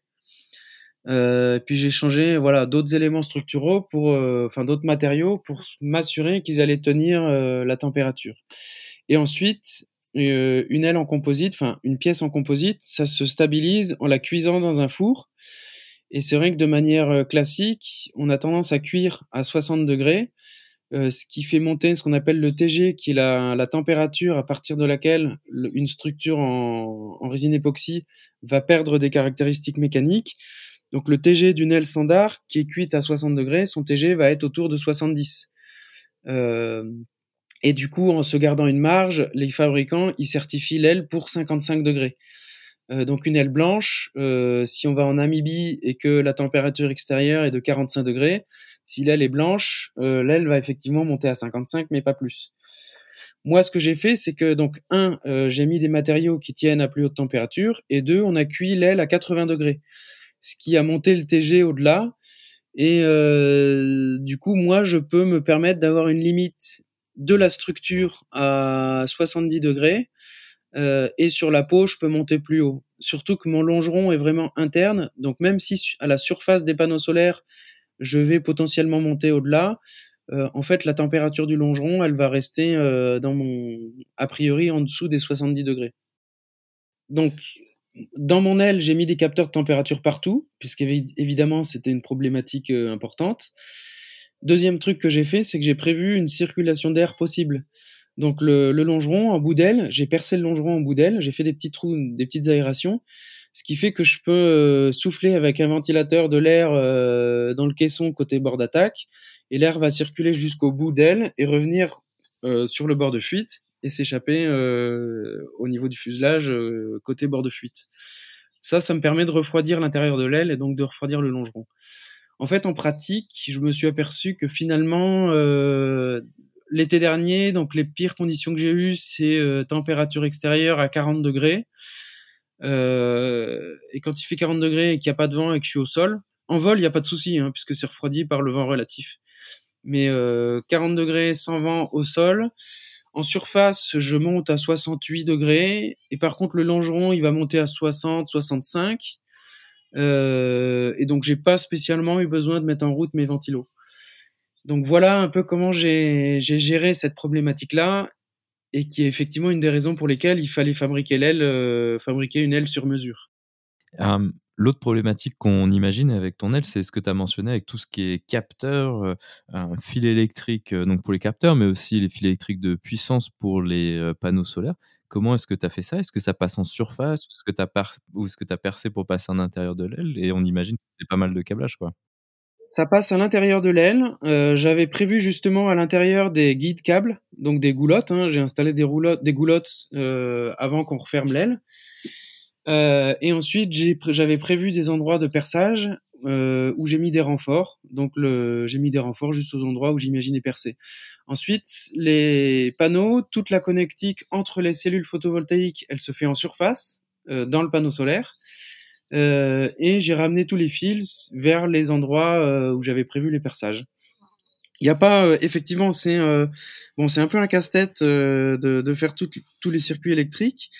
Heu, puis j'ai changé, voilà, d'autres éléments structuraux pour, heu, enfin d'autres matériaux pour m'assurer qu'ils allaient tenir, heu, la température et ensuite, heu, une aile en composite, enfin une pièce en composite, ça se stabilise en la cuisant dans un four et c'est vrai que de manière, heu, classique, on a tendance à cuire à soixante degrés, heu, ce qui fait monter ce qu'on appelle le T G qui est la la température à partir de laquelle le une structure en en résine époxy va perdre des caractéristiques mécaniques. Donc le T G d'une aile standard qui est cuite à soixante degrés, son T G va être autour de soixante-dix. Hem et du coup, en se gardant une marge, les fabricants, ils certifient l'aile pour cinquante-cinq degrés. Heu, donc une aile blanche, heu, si on va en Namibie et que la température extérieure est de quarante-cinq degrés, si l'aile est blanche, heu, l'aile va effectivement monter à cinquante-cinq mais pas plus. Moi, ce que j'ai fait, c'est que donc un, heu, j'ai mis des matériaux qui tiennent à plus haute température et deux, on a cuit l'aile à quatre-vingts degrés, ce qui a monté le T G au-delà et heu, du coup, moi, je peux me permettre d'avoir une limite de la structure à soixante-dix degrés. Heu et sur la peau, je peux monter plus haut. Surtout que mon longeron est vraiment interne, donc même si su à la surface des panneaux solaires, je vais potentiellement monter au-delà, heu, en fait, la température du longeron, elle va rester, heu, dans mon a priori en dessous des soixante-dix degrés. Donc dans mon aile, j'ai mis des capteurs de température partout, puisqu'évi évidemment, c'était une problématique, heu, importante. Deuxième truc que j'ai fait, c'est que j'ai prévu une circulation d'air possible. Donc le le longeron en bout d'aile, j'ai percé le longeron en bout d'aile, j'ai fait des petits trous, des petites aérations, ce qui fait que je peux, heu, souffler avec un ventilateur de l'air, heu, dans le caisson côté bord d'attaque et l'air va circuler jusqu'au bout d'aile et revenir, heu, sur le bord de fuite et s'échapper, heu, au niveau du fuselage, heu, côté bord de fuite. Ça, ça me permet de refroidir l'intérieur de l'aile et donc de refroidir le longeron. En fait, en pratique, je me suis aperçu que finalement, heu, l'été dernier, donc les pires conditions que j'ai eues, c'est, heu, température extérieure à quarante degrés. Heu et quand il fait quarante degrés et qu'il y a pas de vent et que je suis au sol, en vol, il y a pas de souci, hein, puisque c'est refroidi par le vent relatif. Mais, heu, quarante degrés sans vent au sol. En surface, je monte à soixante-huit degrés et par contre le longeron, il va monter à soixante soixante-cinq. Heu et donc j'ai pas spécialement eu besoin de mettre en route mes ventilos. Donc voilà un peu comment j'ai j'ai géré cette problématique-là et qui est effectivement une des raisons pour lesquelles il fallait fabriquer l'aile, heu, fabriquer une aile sur mesure. Hem, l'autre problématique qu'on imagine avec ton aile, c'est ce que tu as mentionné avec tout ce qui est capteur, heu, un fil électrique, heu, donc pour les capteurs, mais aussi les fils électriques de puissance pour les, heu, panneaux solaires. Comment est-ce que tu as fait ça? Est-ce que ça passe en surface? Ou est-ce que tu as par ou est-ce que tu as percé pour passer en intérieur de l'aile? Et on imagine que c'est pas mal de câblage, quoi? Ça passe à l'intérieur de l'aile, heu, j'avais prévu justement à l'intérieur des guides câbles, donc des goulottes, hein. J'ai installé des roulottes des goulottes, heu, avant qu'on referme l'aile. Heu et ensuite j'ai pré j'avais prévu des endroits de perçage, heu, où j'ai mis des renforts. Donc le j'ai mis des renforts juste aux endroits où j'imaginais percer. Ensuite, les panneaux, toute la connectique entre les cellules photovoltaïques, elle se fait en surface, heu, dans le panneau solaire. Heu et j'ai ramené tous les fils vers les endroits, heu, où j'avais prévu les perçages. Il y a pas, heu, effectivement, c'est, heu, bon, c'est un peu un casse-tête, heu, de de faire toutes tous les circuits électriques.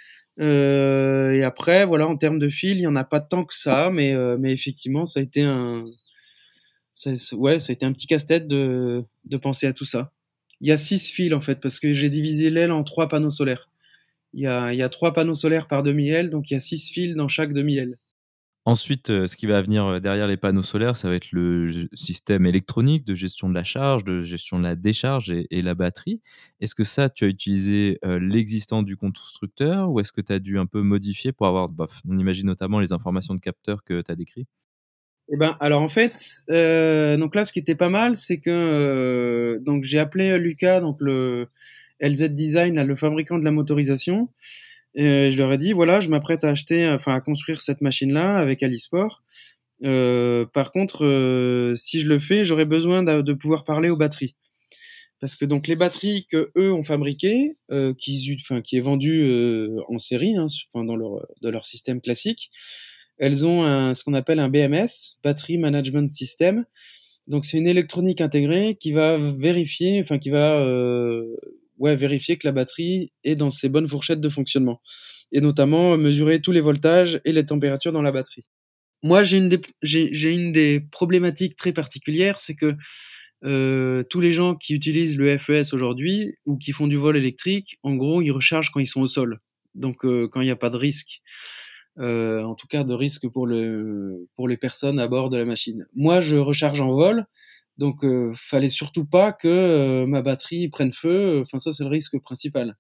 Heu et après, voilà, en termes de fils, il y en a pas tant que ça, mais heu, mais effectivement, ça a été un ça c ouais, ça a été un petit casse-tête de de penser à tout ça. Il y a six fils, en fait, parce que j'ai divisé l'aile en trois panneaux solaires. Il y a il y a trois panneaux solaires par demi-aile, donc il y a six fils dans chaque demi-aile. Ensuite, heu, ce qui va venir, heu, derrière les panneaux solaires, ça va être le g système électronique de gestion de la charge, de gestion de la décharge et et la batterie. Est-ce que ça, tu as utilisé, heu, l'existant du constructeur ou est-ce que tu as dû un peu modifier pour avoir, bah, on imagine notamment les informations de capteurs que tu as décrit? Et ben, alors en fait, euh, donc là, ce qui était pas mal, c'est que euh, donc j'ai appelé Lucas, donc le L Z Design, là, le fabricant de la motorisation, et je leur ai dit voilà, je m'apprête à acheter, enfin à construire cette machine-là avec Alisport. Euh, par contre, euh, si je le fais, j'aurais besoin de, de pouvoir parler aux batteries. Parce que donc les batteries que eux ont fabriquées, euh, qui, enfin, qui est vendue euh, en série, hein, enfin, dans leur dans leur système classique, elles ont un, ce qu'on appelle un B M S, Battery Management System. Donc c'est une électronique intégrée qui va vérifier, enfin qui va euh, ouais, vérifier que la batterie est dans ses bonnes fourchettes de fonctionnement. Et notamment mesurer tous les voltages et les températures dans la batterie. Moi, j'ai une des, j'ai, j'ai une des problématiques très particulières, c'est que euh, tous les gens qui utilisent le F E S aujourd'hui ou qui font du vol électrique, en gros, ils rechargent quand ils sont au sol. Donc, euh, quand il n'y a pas de risque. Euh, en tout cas, de risque pour, le, pour les personnes à bord de la machine. Moi, je recharge en vol. Donc, euh, fallait surtout pas que euh, ma batterie prenne feu. Enfin, ça, c'est le risque principal.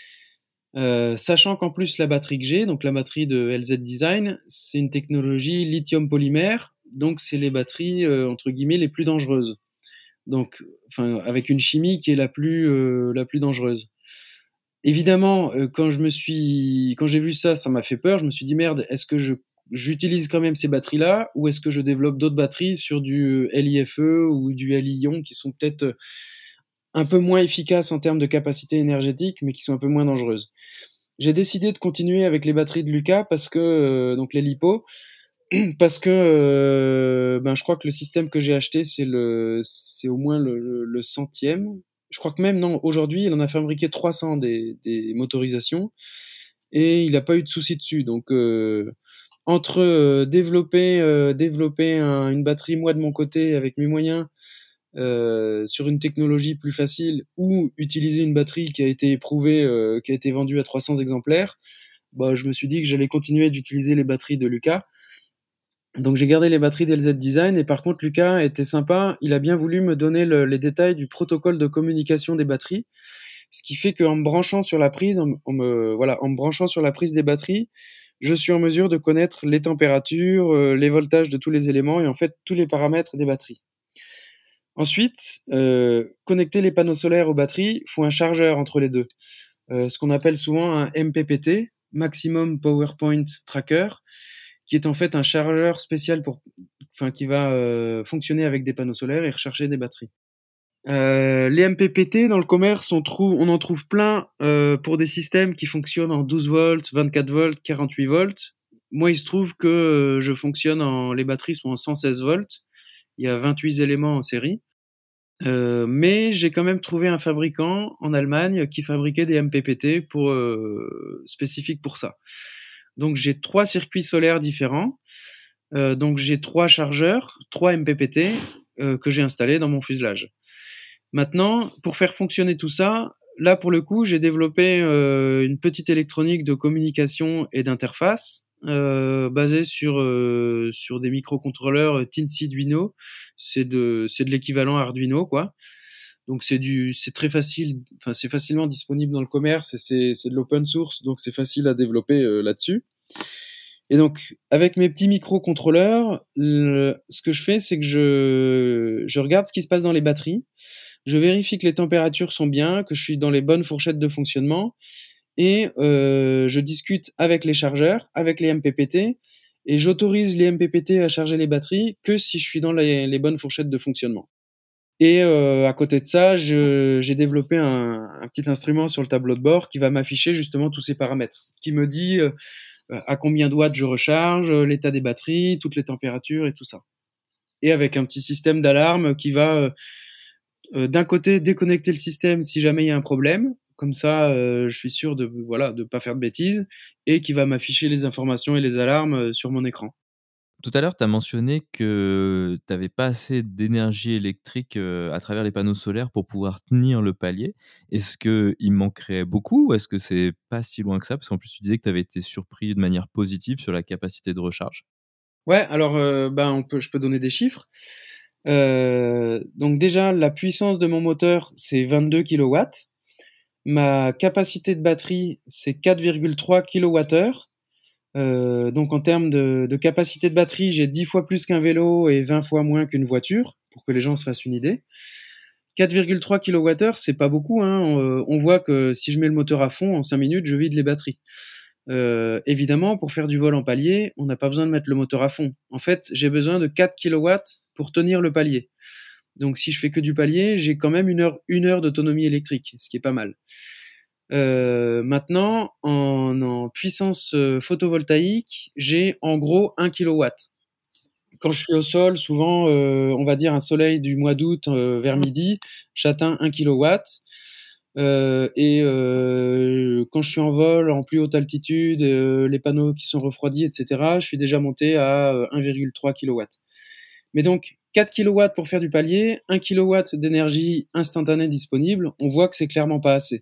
Euh, sachant qu'en plus, la batterie que j'ai, donc la batterie de L Z Design, c'est une technologie lithium polymère. Donc, c'est les batteries, euh, entre guillemets, les plus dangereuses. Donc, enfin, avec une chimie qui est la plus, euh, la plus dangereuse. Évidemment, euh, quand je me suis, quand j'ai vu ça, ça m'a fait peur. Je me suis dit merde, est-ce que je, j'utilise quand même ces batteries-là ou est-ce que je développe d'autres batteries sur du L I F E ou du Li-ion qui sont peut-être un peu moins efficaces en termes de capacité énergétique, mais qui sont un peu moins dangereuses. J'ai décidé de continuer avec les batteries de Lucas parce que euh, donc les LiPo, parce que euh, ben je crois que le système que j'ai acheté c'est le c'est au moins le, le, le centième. Je crois que même non aujourd'hui il en a fabriqué trois cents des, des motorisations et il n'a pas eu de souci dessus. Donc euh, entre euh, développer euh, développer un, une batterie moi de mon côté avec mes moyens euh, sur une technologie plus facile ou utiliser une batterie qui a été éprouvée, euh, qui a été vendue à trois cents exemplaires, bah, je me suis dit que j'allais continuer d'utiliser les batteries de Lucas. Donc j'ai gardé les batteries d'L Z Design et par contre Lucas était sympa, il a bien voulu me donner le, les détails du protocole de communication des batteries, ce qui fait qu'en me branchant sur la prise, en, en me, voilà, en me branchant sur la prise des batteries, je suis en mesure de connaître les températures, euh, les voltages de tous les éléments et en fait tous les paramètres des batteries. Ensuite, euh, connecter les panneaux solaires aux batteries, il faut un chargeur entre les deux. Euh, ce qu'on appelle souvent un M P P T, Maximum Power Point Tracker, qui est en fait un chargeur spécial pour, enfin, qui va euh, fonctionner avec des panneaux solaires et recharger des batteries. Euh, les M P P T dans le commerce, on, trouve, on en trouve plein euh, pour des systèmes qui fonctionnent en douze volts, vingt-quatre volts, quarante-huit volts. Moi, il se trouve que euh, je fonctionne en, les batteries sont en cent seize volts. Il y a vingt-huit éléments en série. Euh, mais j'ai quand même trouvé un fabricant en Allemagne qui fabriquait des M P P T pour, euh, spécifiques pour ça. Donc j'ai trois circuits solaires différents. Euh, donc j'ai trois chargeurs, trois M P P T euh, que j'ai installés dans mon fuselage. Maintenant, pour faire fonctionner tout ça, là pour le coup, j'ai développé euh, une petite électronique de communication et d'interface euh, basée sur euh, sur des microcontrôleurs Tinsiduino. C'est de c'est de l'équivalent Arduino quoi. Donc c'est du c'est très facile, enfin c'est facilement disponible dans le commerce et c'est c'est de l'open source donc c'est facile à développer euh, là-dessus. Et donc, avec mes petits microcontrôleurs, le, ce que je fais, c'est que je, je regarde ce qui se passe dans les batteries. Je vérifie que les températures sont bien, que je suis dans les bonnes fourchettes de fonctionnement. Et euh, je discute avec les chargeurs, avec les M P P T. Et j'autorise les M P P T à charger les batteries que si je suis dans les, les bonnes fourchettes de fonctionnement. Et euh, à côté de ça, je, j'ai développé un, un petit instrument sur le tableau de bord qui va m'afficher justement tous ces paramètres, qui me dit euh, à combien de watts je recharge, l'état des batteries, toutes les températures et tout ça. Et avec un petit système d'alarme qui va euh, d'un côté déconnecter le système si jamais il y a un problème, comme ça euh, je suis sûr de voilà de pas faire de bêtises, et qui va m'afficher les informations et les alarmes euh, sur mon écran. Tout à l'heure, tu as mentionné que tu avais pas assez d'énergie électrique, heu, à travers les panneaux solaires pour pouvoir tenir le palier. Est-ce qu'il manquerait beaucoup ou est-ce que c'est pas si loin que ça? Parce qu'en plus, tu disais que tu avais été surpris de manière positive sur la capacité de recharge. Ouais, alors euh, ben on peut, je peux donner des chiffres. Euh, donc déjà la puissance de mon moteur c'est vingt-deux kilowatts. Ma capacité de batterie c'est quatre virgule trois kilowattheures. Heu, donc en termes de de capacité de batterie, j'ai dix fois plus qu'un vélo et vingt fois moins qu'une voiture, pour que les gens se fassent une idée. quatre virgule trois kilowattheures, c'est pas beaucoup, hein, heu, on voit que si je mets le moteur à fond, en cinq minutes, je vide les batteries. Heu, évidemment, pour faire du vol en palier, on n'a pas besoin de mettre le moteur à fond. En fait, j'ai besoin de quatre kilowatts pour tenir le palier. Donc si je fais que du palier, j'ai quand même une heure une heure d'autonomie électrique, ce qui est pas mal. Heu, maintenant en en puissance, heu, photovoltaïque, j'ai en gros un kilowatt. Quand je suis au sol, souvent, heu, on va dire un soleil du mois d'août, heu, vers midi, j'atteins un kilowatt. Heu et heu, quand je suis en vol, en plus haute altitude, heu, les panneaux qui sont refroidis et cetera, je suis déjà monté à, heu, un virgule trois kilowatts. Mais donc quatre kilowatts pour faire du palier, un kilowatt d'énergie instantanée disponible, on voit que c'est clairement pas assez.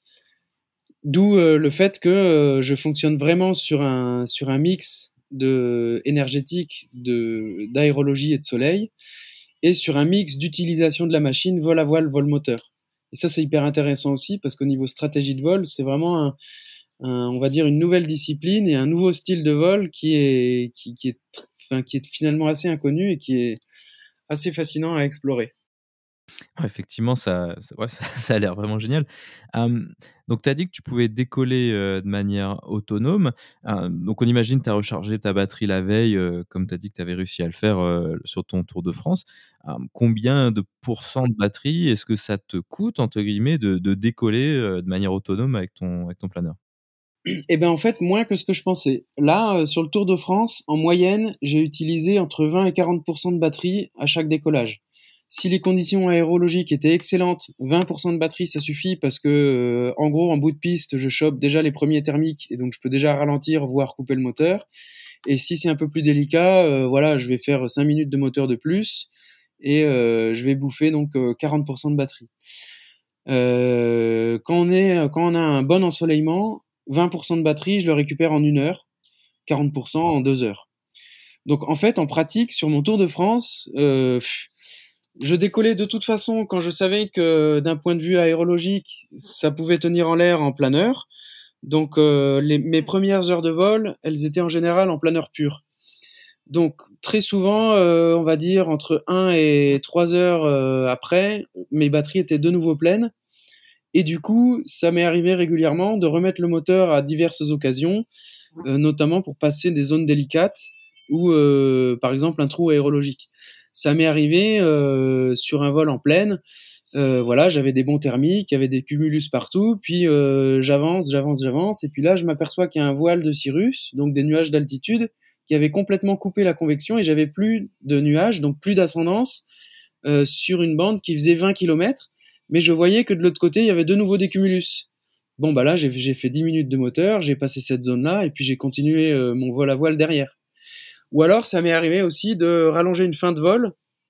D'où, heu, le fait que, heu, je fonctionne vraiment sur un sur un mix de énergétique, de d'aérologie et de soleil et sur un mix d'utilisation de la machine vol à voile, vol moteur. Et ça, c'est hyper intéressant aussi parce qu'au niveau stratégie de vol, c'est vraiment un un on va dire une nouvelle discipline et un nouveau style de vol qui est qui qui est tr enfin qui est finalement assez inconnu et qui est assez fascinant à explorer. Ouais, effectivement, ça ça ouais, ça ça a l'air vraiment génial. Hem, donc tu as dit que tu pouvais décoller, heu, de manière autonome. Hem, donc on imagine tu as rechargé ta batterie la veille, heu, comme tu as dit que tu avais réussi à le faire, heu, sur ton Tour de France. Hem, combien de pourcents de batterie est-ce que ça te «coûte» entre guillemets de de décoller, heu, de manière autonome avec ton avec ton planeur? Et ben, en fait, moins que ce que je pensais. Là, heu, sur le Tour de France, en moyenne, j'ai utilisé entre vingt et quarante de batterie à chaque décollage. Si les conditions aérologiques étaient excellentes, vingt de batterie, ça suffit parce que, heu, en gros, en bout de piste, je chope déjà les premiers thermiques et donc je peux déjà ralentir, voire couper le moteur. Et si c'est un peu plus délicat, heu, voilà, je vais faire cinq minutes de moteur de plus et heu, je vais bouffer donc heu, quarante de batterie. Heu, quand on est quand on a un bon ensoleillement, vingt de batterie, je le récupère en une heure, quarante en deux heures. Donc en fait, en pratique, sur mon Tour de France, heu, je décollais de toute façon quand je savais que d'un point de vue aérologique, ça pouvait tenir en l'air en planeur. Donc heu, les mes premières heures de vol, elles étaient en général en planeur pur. Donc très souvent, heu, on va dire entre un et trois heures, heu, après, mes batteries étaient de nouveau pleines et du coup, ça m'est arrivé régulièrement de remettre le moteur à diverses occasions, heu, notamment pour passer des zones délicates ou, heu, par exemple, un trou aérologique. Ça m'est arrivé, heu, sur un vol en plaine, heu, voilà, j'avais des bons thermiques, il y avait des cumulus partout, puis, heu, j'avance, j'avance, j'avance et puis là, je m'aperçois qu'il y a un voile de cirrus, donc des nuages d'altitude, qui avait complètement coupé la convection et j'avais plus de nuages, donc plus d'ascendance, heu, sur une bande qui faisait vingt kilomètres, mais je voyais que de l'autre côté, il y avait de nouveau des cumulus. Bon, bah là, j'ai j'ai fait dix minutes de moteur, j'ai passé cette zone-là et puis j'ai continué, heu, mon vol à voile derrière. Ou alors, ça m'est arrivé aussi de rallonger une fin de vol,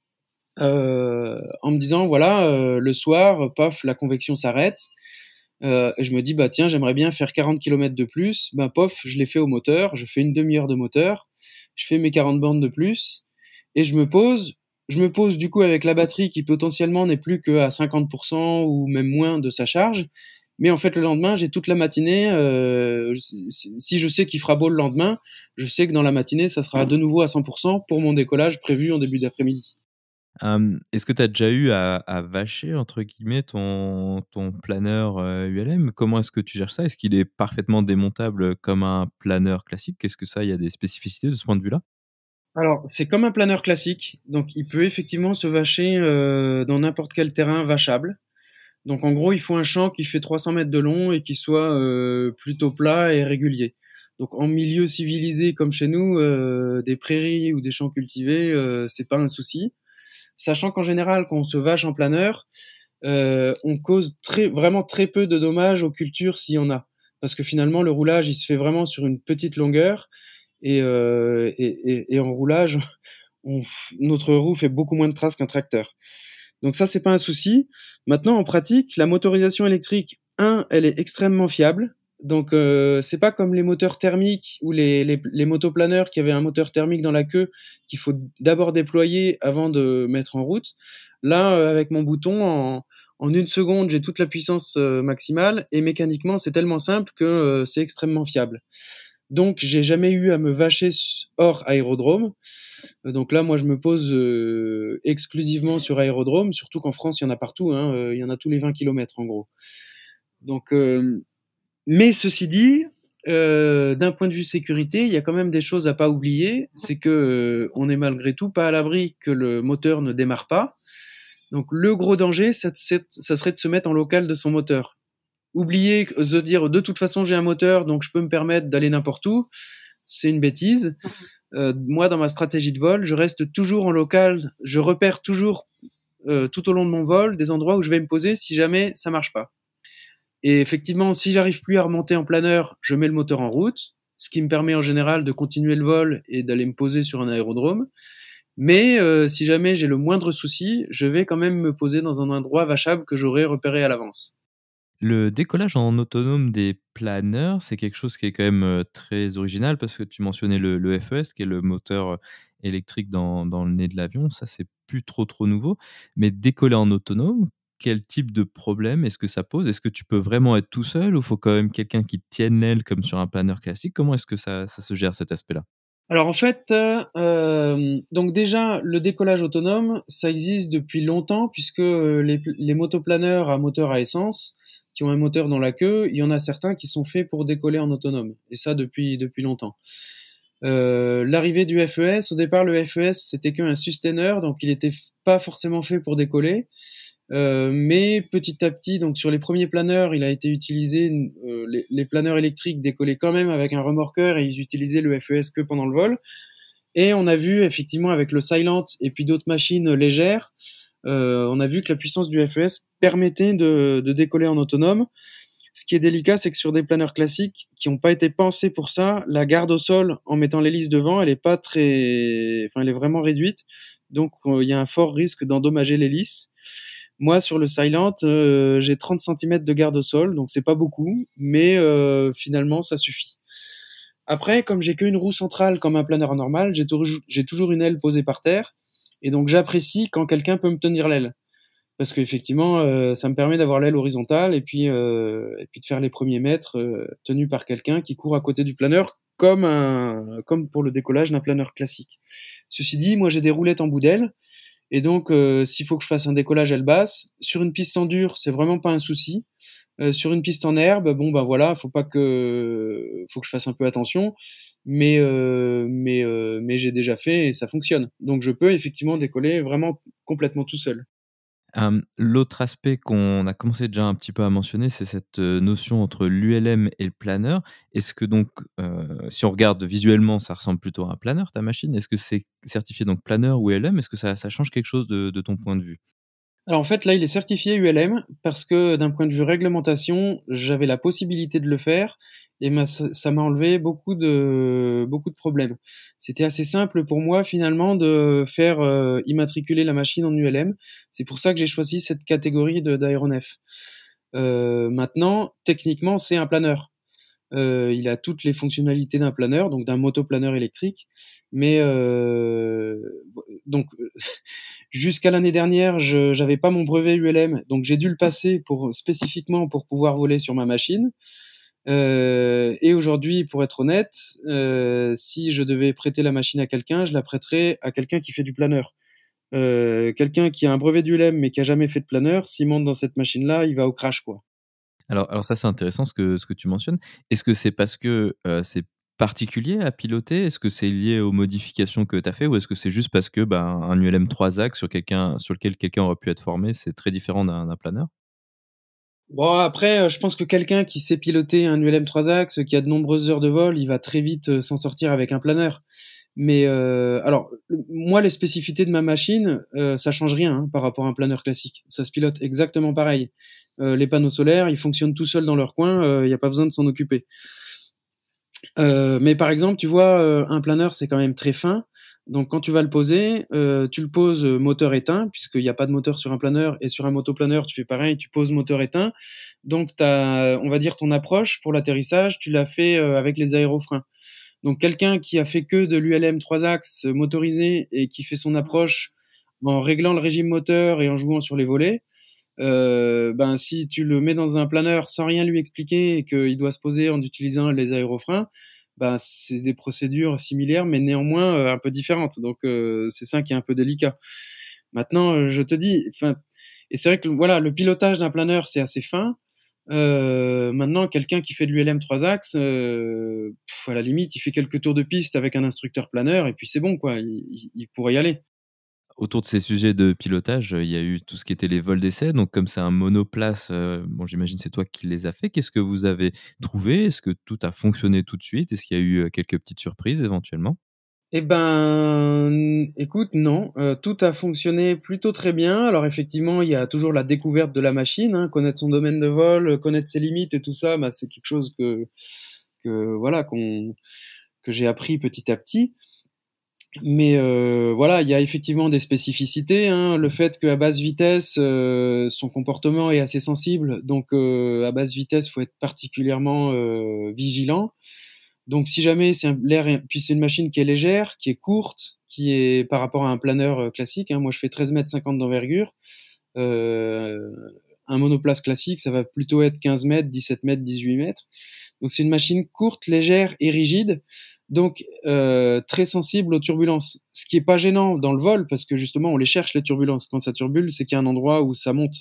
heu, en me disant: «Voilà, heu, le soir, pof, la convection s'arrête», heu et je me dis: «Bah tiens, j'aimerais bien faire quarante kilomètres de plus». Bah pof, je les fais au moteur, je fais une demi heure de moteur, je fais mes quarante bornes de plus et je me pose. Je me pose du coup avec la batterie qui potentiellement n'est plus qu'à cinquante ou même moins de sa charge. Mais en fait, le lendemain, j'ai toute la matinée, heu, si si si je sais qu'il fera beau le lendemain, je sais que dans la matinée, ça sera de nouveau à cent pour cent pour mon décollage prévu en début d'après-midi. Hem, est-ce que tu as déjà eu à à «vacher» entre guillemets ton ton planeur, heu, U L M? Comment est-ce que tu gères ça? Est-ce qu'il est parfaitement démontable, comme un planeur classique? Qu'est-ce que ça il y a des spécificités de ce point de vue-là? Alors, c'est comme un planeur classique, donc il peut effectivement se vacher, heu, dans n'importe quel terrain vachable. Donc en gros, il faut un champ qui fait trois cents mètres de long et qui soit, heu, plutôt plat et régulier. Donc en milieu civilisé comme chez nous, heu, des prairies ou des champs cultivés, heu, c'est pas un souci. Sachant qu'en général, quand on se vache en planeur, heu, on cause très vraiment très peu de dommages aux cultures s'il y en a. Parce que finalement, le roulage, il se fait vraiment sur une petite longueur et heu et et et en roulage, on f notre roue fait beaucoup moins de traces qu'un tracteur. Donc ça, c'est pas un souci. Maintenant, en pratique, la motorisation électrique, un, elle est extrêmement fiable. Donc, heu, c'est pas comme les moteurs thermiques ou les les les motoplaneurs qui avaient un moteur thermique dans la queue qu'il faut d'abord déployer avant de mettre en route. Là, heu, avec mon bouton, en en une seconde, j'ai toute la puissance, heu, maximale et mécaniquement, c'est tellement simple que, heu, c'est extrêmement fiable. Donc, j'ai jamais eu à me vacher hors aérodrome. Donc là, moi, je me pose euh, exclusivement sur aérodrome, surtout qu'en France, il y en a partout. Hein, euh, il y en a tous les vingt kilomètres, en gros. Donc, euh, mais ceci dit, euh, d'un point de vue sécurité, il y a quand même des choses à pas oublier. C'est que euh, on est malgré tout pas à l'abri que le moteur ne démarre pas. Donc, le gros danger, ça, ça serait de se mettre en local de son moteur. Oublier de dire de toute façon j'ai un moteur donc je peux me permettre d'aller n'importe où, c'est une bêtise. Euh, moi dans ma stratégie de vol, je reste toujours en local, je repère toujours euh, tout au long de mon vol des endroits où je vais me poser si jamais ça marche pas. Et effectivement, si j'arrive plus à remonter en planeur, je mets le moteur en route, ce qui me permet en général de continuer le vol et d'aller me poser sur un aérodrome. Mais euh, si jamais j'ai le moindre souci, je vais quand même me poser dans un endroit vachable que j'aurais repéré à l'avance. Le décollage en autonome des planeurs, c'est quelque chose qui est quand même, heu, très original parce que tu mentionnais le le F E S qui est le moteur, heu, électrique dans dans le nez de l'avion. Ça, c'est plus trop, trop nouveau. Mais décoller en autonome, quel type de problème est-ce que ça pose? Est-ce que tu peux vraiment être tout seul ou faut quand même quelqu'un qui te tienne l'aile comme sur un planeur classique? Comment est-ce que ça ça se gère cet aspect-là? Alors en fait, heu, donc déjà le décollage autonome, ça existe depuis longtemps puisque, heu, les pl les motoplaneurs à moteur à essence, qui ont un moteur dans la queue, il y en a certains qui sont faits pour décoller en autonome et ça depuis depuis longtemps. Heu, l'arrivée du F E S, au départ le F E S c'était qu'un sustainer donc il était f pas forcément fait pour décoller. Heu, mais petit à petit, donc sur les premiers planeurs, il a été utilisé, heu, les les planeurs électriques décollaient quand même avec un remorqueur et ils utilisaient le F E S que pendant le vol. Et on a vu effectivement avec le Silent et puis d'autres machines légères, heu, on a vu que la puissance du F E S permettait de de décoller en autonome. Ce qui est délicat, c'est que sur des planeurs classiques qui ont pas été pensés pour ça, la garde au sol en mettant l'hélice devant, elle est pas très enfin, elle est vraiment réduite. Donc, heu, il y a un fort risque d'endommager l'hélice. Moi, sur le Silent, heu, j'ai trente centimètres de garde au sol, donc c'est pas beaucoup, mais heu, finalement, ça suffit. Après, comme j'ai qu'une roue centrale comme un planeur normal, j'ai toujou j'ai toujours une aile posée par terre et donc j'apprécie quand quelqu'un peut me tenir l'aile. Parce qu'effectivement, heu, ça me permet d'avoir l'aile horizontale et puis, heu et puis de faire les premiers mètres, heu, tenu par quelqu'un qui court à côté du planeur comme un comme pour le décollage d'un planeur classique. Ceci dit, moi j'ai des roulettes en bout d'aile et donc, heu, s'il faut que je fasse un décollage aile basse, sur une piste en dur, c'est vraiment pas un souci. Heu, sur une piste en herbe, bon, bah, voilà, faut pas que faut que je fasse un peu attention, mais heu mais heu, mais j'ai déjà fait et ça fonctionne. Donc je peux effectivement décoller vraiment complètement tout seul. Hem, l'autre aspect qu'on a commencé déjà un petit peu à mentionner, c'est cette, heu, notion entre l'U L M et le planeur. Est-ce que donc, heu, si on regarde visuellement, ça ressemble plutôt à un planeur, ta machine? Est-ce que c'est certifié donc planeur ou U L M? Est-ce que ça ça change quelque chose de de ton point de vue? Alors en fait, là, il est certifié U L M parce que d'un point de vue réglementation, j'avais la possibilité de le faire et m'a ça ça m'a enlevé beaucoup de beaucoup de problèmes. C'était assez simple pour moi finalement de faire, heu, immatriculer la machine en U L M. C'est pour ça que j'ai choisi cette catégorie de d'aéronefs. Heu, maintenant, techniquement, c'est un planeur. Heu, il a toutes les fonctionnalités d'un planeur, donc d'un motoplaneur électrique, mais heu, donc heu, jusqu'à l'année dernière, je j'avais pas mon brevet U L M, donc j'ai dû le passer pour spécifiquement pour pouvoir voler sur ma machine. Heu et aujourd'hui, pour être honnête, heu, si je devais prêter la machine à quelqu'un, je la prêterais à quelqu'un qui fait du planeur. Heu, quelqu'un qui a un brevet d'U L M, mais qui a jamais fait de planeur, s'il monte dans cette machine-là, il va au crash, quoi. Alors alors ça, c'est intéressant ce que ce que tu mentionnes. Est-ce que c'est parce que, heu, c'est particulier à piloter? Est-ce que c'est lié aux modifications que tu as fait? Ou est-ce que c'est juste parce que, ben, un U L M trois axes sur quelqu'un sur lequel quelqu'un aurait pu être formé, c'est très différent d'un d'un planeur? Bon après, heu, je pense que quelqu'un qui sait piloter un U L M trois axes, qui a de nombreuses heures de vol, il va très vite, heu, s'en sortir avec un planeur. Mais, heu, alors, le moi les spécificités de ma machine, heu, ça change rien, hein, par rapport à un planeur classique. Ça se pilote exactement pareil. Heu, les panneaux solaires, ils fonctionnent tout seuls dans leur coin, heu, il y a pas besoin de s'en occuper. Heu, mais par exemple, tu vois, heu, un planeur, c'est quand même très fin. Donc quand tu vas le poser, heu, tu le poses, heu, moteur éteint, puisqu'il y a pas de moteur sur un planeur et sur un motoplaneur, tu fais pareil, tu poses moteur éteint. Donc tu as, on va dire ton approche pour l'atterrissage, tu l'as fait, heu, avec les aérofreins. Donc quelqu'un qui a fait que de l'U L M trois axes, heu, motorisé et qui fait son approche en réglant le régime moteur et en jouant sur les volets, heu, ben, si tu le mets dans un planeur sans rien lui expliquer et qu'il doit se poser en utilisant les aérofreins, ben, c'est des procédures similaires, mais néanmoins euh, un peu différentes. Donc euh, c'est ça qui est un peu délicat. Maintenant, euh, je te dis, enfin, et c'est vrai que voilà, le pilotage d'un planeur c'est assez fin. Euh, maintenant, quelqu'un qui fait de l'U L M trois axes, euh, pff, à la limite, il fait quelques tours de piste avec un instructeur planeur et puis c'est bon, quoi. Il, il- il pourrait y aller. Autour de ces sujets de pilotage, heu, il y a eu tout ce qui était les vols d'essai, donc comme c'est un monoplace, heu, bon j'imagine c'est toi qui les as fait. Qu'est-ce que vous avez trouvé? Est-ce que tout a fonctionné tout de suite? Est-ce qu'il y a eu, heu, quelques petites surprises éventuellement? Eh ben, écoute, non, euh, tout a fonctionné plutôt très bien. Alors effectivement, il y a toujours la découverte de la machine, hein, connaître son domaine de vol, euh, connaître ses limites et tout ça, bah, c'est quelque chose que, que voilà, qu'on, que j'ai appris petit à petit. Mais euh, voilà, il y a effectivement des spécificités, hein. Le fait qu'à basse vitesse, euh, son comportement est assez sensible, donc euh, à basse vitesse, faut être particulièrement euh, vigilant. Donc si jamais c'est un, l'air, est- puis c'est une machine qui est légère, qui est courte, qui est par rapport à un planeur euh, classique, hein. Moi, je fais treize mètres cinquante d'envergure. Euh, un monoplace classique, ça va plutôt être quinze mètres, dix-sept mètres, dix-huit mètres. Donc c'est une machine courte, légère et rigide, donc euh, très sensible aux turbulences. Ce qui est pas gênant dans le vol, parce que justement on les cherche les turbulences. Quand ça turbule, c'est qu'il y a un endroit où ça monte.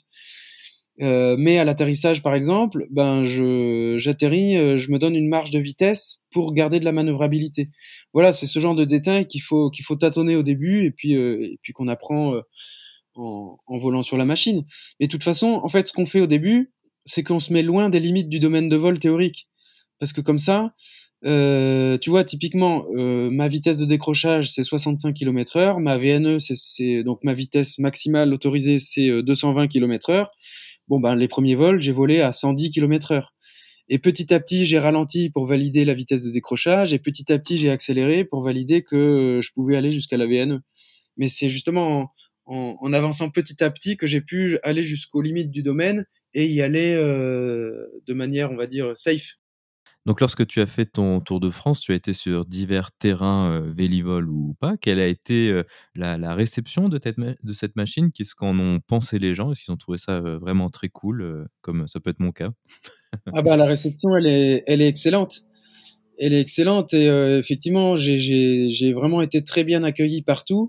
Euh, mais à l'atterrissage, par exemple, ben je j'atterris, euh, je me donne une marge de vitesse pour garder de la manœuvrabilité. Voilà, c'est ce genre de détail qu'il faut qu'il faut tâtonner au début et puis euh, et puis qu'on apprend euh, en, en volant sur la machine. Mais de toute façon, en fait, ce qu'on fait au début, c'est qu'on se met loin des limites du domaine de vol théorique. Parce que comme ça, euh, tu vois, typiquement, euh, ma vitesse de décrochage, c'est soixante-cinq kilomètres heure. Ma V N E, c'est, c'est donc ma vitesse maximale autorisée, c'est euh, deux cent vingt kilomètres heure. Bon, ben, les premiers vols, j'ai volé à cent dix kilomètres heure. Et petit à petit, j'ai ralenti pour valider la vitesse de décrochage. Et petit à petit, j'ai accéléré pour valider que euh, je pouvais aller jusqu'à la V N E. Mais c'est justement en, en, en avançant petit à petit que j'ai pu aller jusqu'aux limites du domaine et y aller euh, de manière, on va dire, safe. Donc lorsque tu as fait ton tour de France, tu as été sur divers terrains, heu, Vélivol ou pas. Quelle a été, heu, la la réception de tête ma de cette machine? Qu'est-ce qu'en ont pensé les gens? Est-ce qu'ils ont trouvé ça, heu, vraiment très cool, heu, comme ça peut être mon cas? Ah bah la réception, elle est, elle est excellente. Elle est excellente et euh, effectivement, j'ai, j'ai, j'ai vraiment été très bien accueilli partout.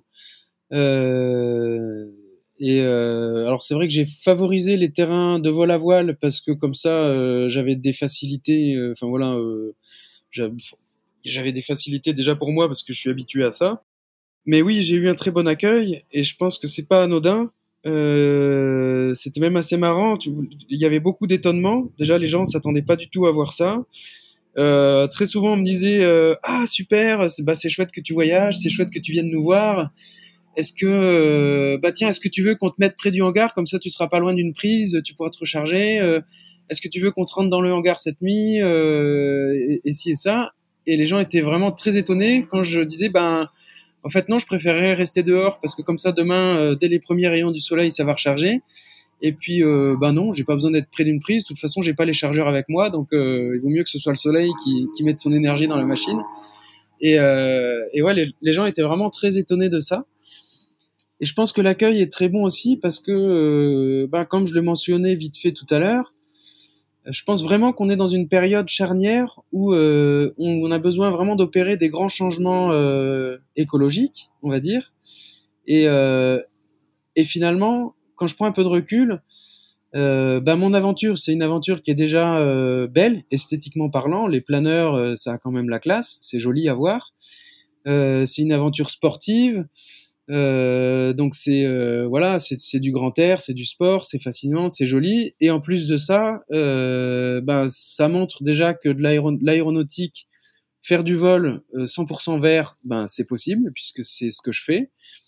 Euh, et euh, alors c'est vrai que j'ai favorisé les terrains de vol à voile parce que comme ça, euh, j'avais des facilités. euh, Enfin voilà, euh, j'avais, j'avais des facilités déjà pour moi parce que je suis habitué à ça. Mais oui, j'ai eu un très bon accueil et je pense que c'est pas anodin. Euh, c'était même assez marrant. Tu- Il y avait beaucoup d'étonnement. Déjà, les gens s'attendaient pas du tout à voir ça. Euh, très souvent, on me disait euh, ah super, c'est, bah, c'est chouette que tu voyages, c'est chouette que tu viennes nous voir. Est-ce que euh, bah tiens, est-ce que tu veux qu'on te mette près du hangar comme ça tu seras pas loin d'une prise, tu pourras te recharger. Euh, est-ce que tu veux qu'on te rentre dans le hangar cette nuit euh, et, et ci et ça. Et les gens étaient vraiment très étonnés quand je disais ben en fait, non, je préférerais rester dehors parce que comme ça, demain, euh, dès les premiers rayons du soleil, ça va recharger. Et puis, euh, ben non, j'ai pas besoin d'être près d'une prise. De toute façon, j'ai pas les chargeurs avec moi, donc euh, il vaut mieux que ce soit le soleil qui, qui mette son énergie dans la machine. Et, euh, et ouais, les, les gens étaient vraiment très étonnés de ça. Et je pense que l'accueil est très bon aussi parce que, euh, ben, comme je le mentionnais vite fait tout à l'heure, je pense vraiment qu'on est dans une période charnière où euh, on, on a besoin vraiment d'opérer des grands changements euh, écologiques, on va dire. Et, euh, et finalement, quand je prends un peu de recul, euh, bah, mon aventure, c'est une aventure qui est déjà euh, belle, esthétiquement parlant. Les planeurs, euh, ça a quand même la classe, c'est joli à voir. Euh, c'est une aventure sportive, euh, donc c'est euh, voilà, c'est, c'est du grand air, c'est du sport, c'est fascinant, c'est joli. Et en plus de ça, euh, ben ça montre déjà que de l'aéron- l'aéronautique, faire du vol euh, cent pour cent vert, ben c'est possible puisque c'est ce que je fais.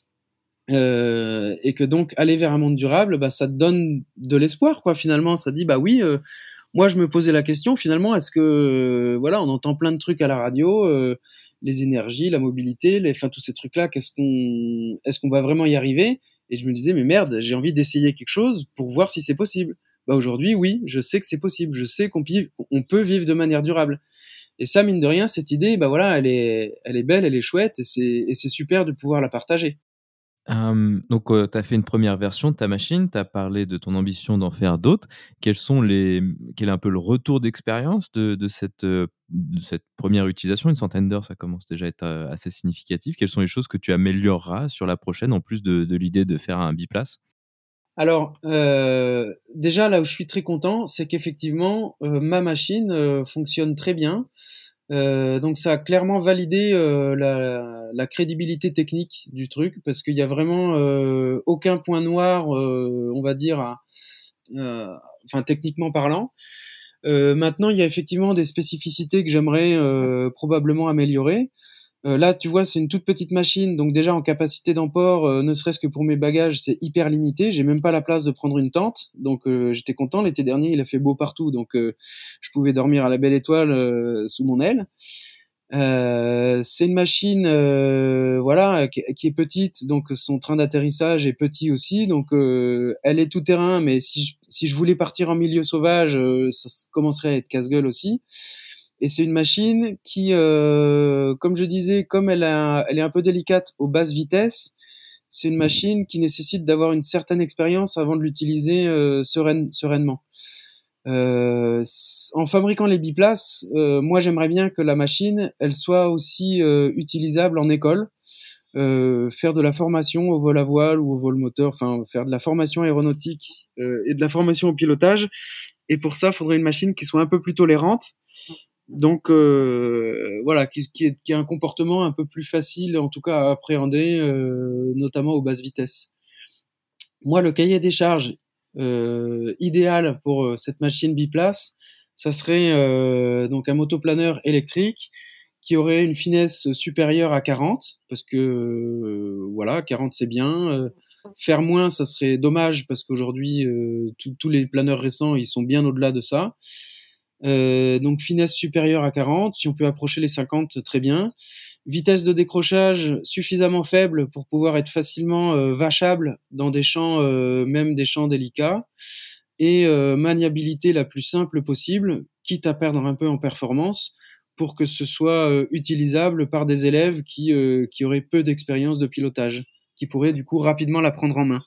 Euh, et que donc aller vers un monde durable, bah, ça te donne de l'espoir, quoi. Finalement, ça dit bah oui. Euh, moi, je me posais la question finalement, est-ce que euh, voilà, on entend plein de trucs à la radio, euh, les énergies, la mobilité, les, enfin tous ces trucs-là, qu'est-ce qu'on, est-ce qu'on va vraiment y arriver? Et je me disais mais merde, j'ai envie d'essayer quelque chose pour voir si c'est possible. Bah aujourd'hui, oui, je sais que c'est possible, je sais qu'on pi- on peut vivre de manière durable. Et ça, mine de rien, cette idée, bah voilà, elle est, elle est belle, elle est chouette, et c'est, et c'est super de pouvoir la partager. Hem, donc, heu, tu as fait une première version de ta machine, tu as parlé de ton ambition d'en faire d'autres. Quels sont les mmh, quel est un peu le retour d'expérience de de cette, heu, de cette première utilisation? Une centaine d'heures, ça commence déjà à être, heu, assez significatif. Quelles sont les choses que tu amélioreras sur la prochaine, en plus de de l'idée de faire un biplace? Alors, heu, déjà là où je suis très content, c'est qu'effectivement, heu, ma machine, heu, fonctionne très bien. Heu, donc ça a clairement validé, heu, la la crédibilité technique du truc parce qu'il y a vraiment, heu, aucun point noir, heu, on va dire à heu, enfin techniquement parlant. Heu, maintenant il y a effectivement des spécificités que j'aimerais, heu, probablement améliorer. Heu, là, tu vois, c'est une toute petite machine, donc déjà en capacité d'emport, heu, ne serait-ce que pour mes bagages, c'est hyper limité. J'ai même pas la place de prendre une tente, donc heu, j'étais content. L'été dernier, il a fait beau partout, donc heu, je pouvais dormir à la belle étoile, heu, sous mon aile. Heu, c'est une machine, heu, voilà, qui est qui est petite, donc son train d'atterrissage est petit aussi, donc heu, elle est tout terrain, mais si je si je voulais partir en milieu sauvage, heu, ça s commencerait à être casse-gueule aussi. Et c'est une machine qui, heu, comme je disais, comme elle a elle est un peu délicate aux basses vitesses, c'est une machine qui nécessite d'avoir une certaine expérience avant de l'utiliser, heu, sereine sereinement. Heu, s En fabriquant les biplaces, heu, moi j'aimerais bien que la machine, elle soit aussi, heu, utilisable en école, heu, faire de la formation au vol à voile ou au vol moteur, enfin faire de la formation aéronautique, heu et de la formation au pilotage, et pour ça, il faudrait une machine qui soit un peu plus tolérante, donc heu, voilà, qui qui ait qui ait un comportement un peu plus facile, en tout cas à appréhender, heu, notamment aux basses vitesses. Moi, le cahier des charges, heu, idéal pour, heu, cette machine biplace, ça serait, heu, donc un motoplaneur électrique qui aurait une finesse supérieure à quarante parce que, heu, voilà, quarante c'est bien, heu, faire moins, ça serait dommage parce qu'aujourd'hui, heu, tous tous les planeurs récents, ils sont bien au-delà de ça. Heu, donc finesse supérieure à quarante, si on peut approcher les cinquante, très bien. Vitesse de décrochage suffisamment faible pour pouvoir être facilement, heu, vachable dans des champs, heu, même des champs délicats, et heu, maniabilité la plus simple possible, quitte à perdre un peu en performance pour que ce soit, heu, utilisable par des élèves qui, heu, qui auraient peu d'expérience de pilotage, qui pourraient du coup rapidement la prendre en main.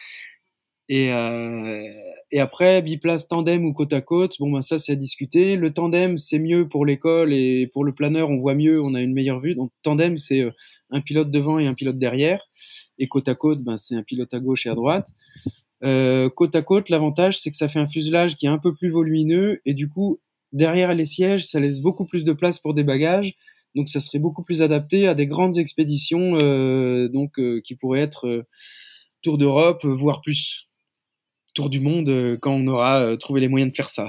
Et, heu, et après, biplace tandem ou côte à côte, bon, ben, ça, c'est à discuter. Le tandem, c'est mieux pour l'école et pour le planeur, on voit mieux, on a une meilleure vue. Donc, tandem, c'est euh, un pilote devant et un pilote derrière. Et côte à côte, ben, c'est un pilote à gauche et à droite. Euh, côte à côte, l'avantage, c'est que ça fait un fuselage qui est un peu plus volumineux et du coup, derrière les sièges, ça laisse beaucoup plus de place pour des bagages. Donc, ça serait beaucoup plus adapté à des grandes expéditions, euh, donc euh, qui pourraient être euh, tour d'Europe, voire plus tour du monde, heu, quand on aura, heu, trouvé les moyens de faire ça.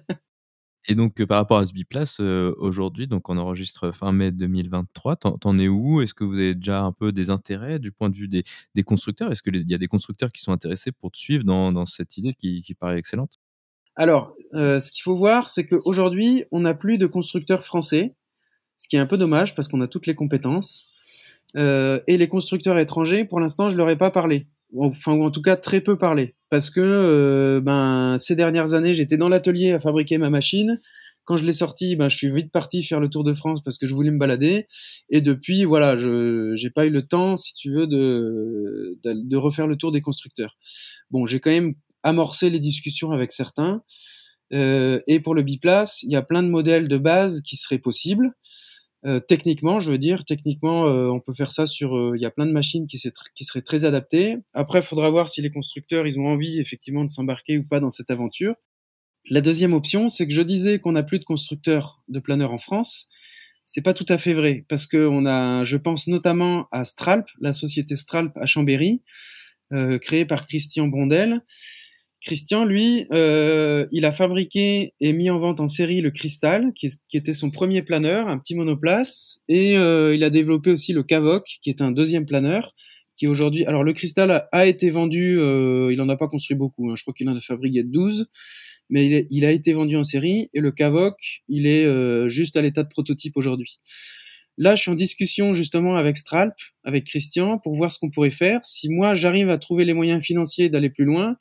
Et donc, heu, par rapport à ce biplace, heu, aujourd'hui, donc on enregistre fin mai deux mille vingt-trois, tu en tu en es où? Est-ce que vous avez déjà un peu des intérêts du point de vue des des constructeurs? Est-ce que les il y a des constructeurs qui sont intéressés pour te suivre dans dans cette idée qui qui paraît excellente? Alors, heu, ce qu'il faut voir, c'est qu'aujourd'hui, on n'a plus de constructeurs français, ce qui est un peu dommage parce qu'on a toutes les compétences, heu et les constructeurs étrangers, pour l'instant, je leur ai pas parlé. Ou enfin, ou en tout cas très peu parlé. Parce que, heu, ben, ces dernières années, j'étais dans l'atelier à fabriquer ma machine. Quand je l'ai sortie, ben, je suis vite parti faire le tour de France parce que je voulais me balader, et depuis, voilà, je j'ai pas eu le temps, si tu veux, de de de refaire le tour des constructeurs. Bon, j'ai quand même amorcé les discussions avec certains, heu et pour le biplace, il y a plein de modèles de base qui seraient possibles. Heu, techniquement, je veux dire, techniquement, heu, on peut faire ça sur, heu, il y a plein de machines qui c'est tr qui seraient très adaptées. Après, il faudra voir si les constructeurs, ils ont envie effectivement de s'embarquer ou pas dans cette aventure. La deuxième option, c'est que je disais qu'on n'a plus de constructeurs de planeurs en France. C'est pas tout à fait vrai parce qu'on a, je pense notamment à Stralp, la société Stralp à Chambéry, heu, créée par Christian Brondel. Christian, lui, euh, il a fabriqué et mis en vente en série le Cristal, qui, est- qui était son premier planeur, un petit monoplace, et euh, il a développé aussi le Cavoc, qui est un deuxième planeur, qui aujourd'hui... Alors le Cristal a, a été vendu, euh, il en a pas construit beaucoup, hein, je crois qu'il en a fabriqué douze, mais il, est- il a été vendu en série, et le Cavoc, il est euh, juste à l'état de prototype aujourd'hui. Là, je suis en discussion justement avec Stralp, avec Christian, pour voir ce qu'on pourrait faire. Si moi, j'arrive à trouver les moyens financiers d'aller plus loin,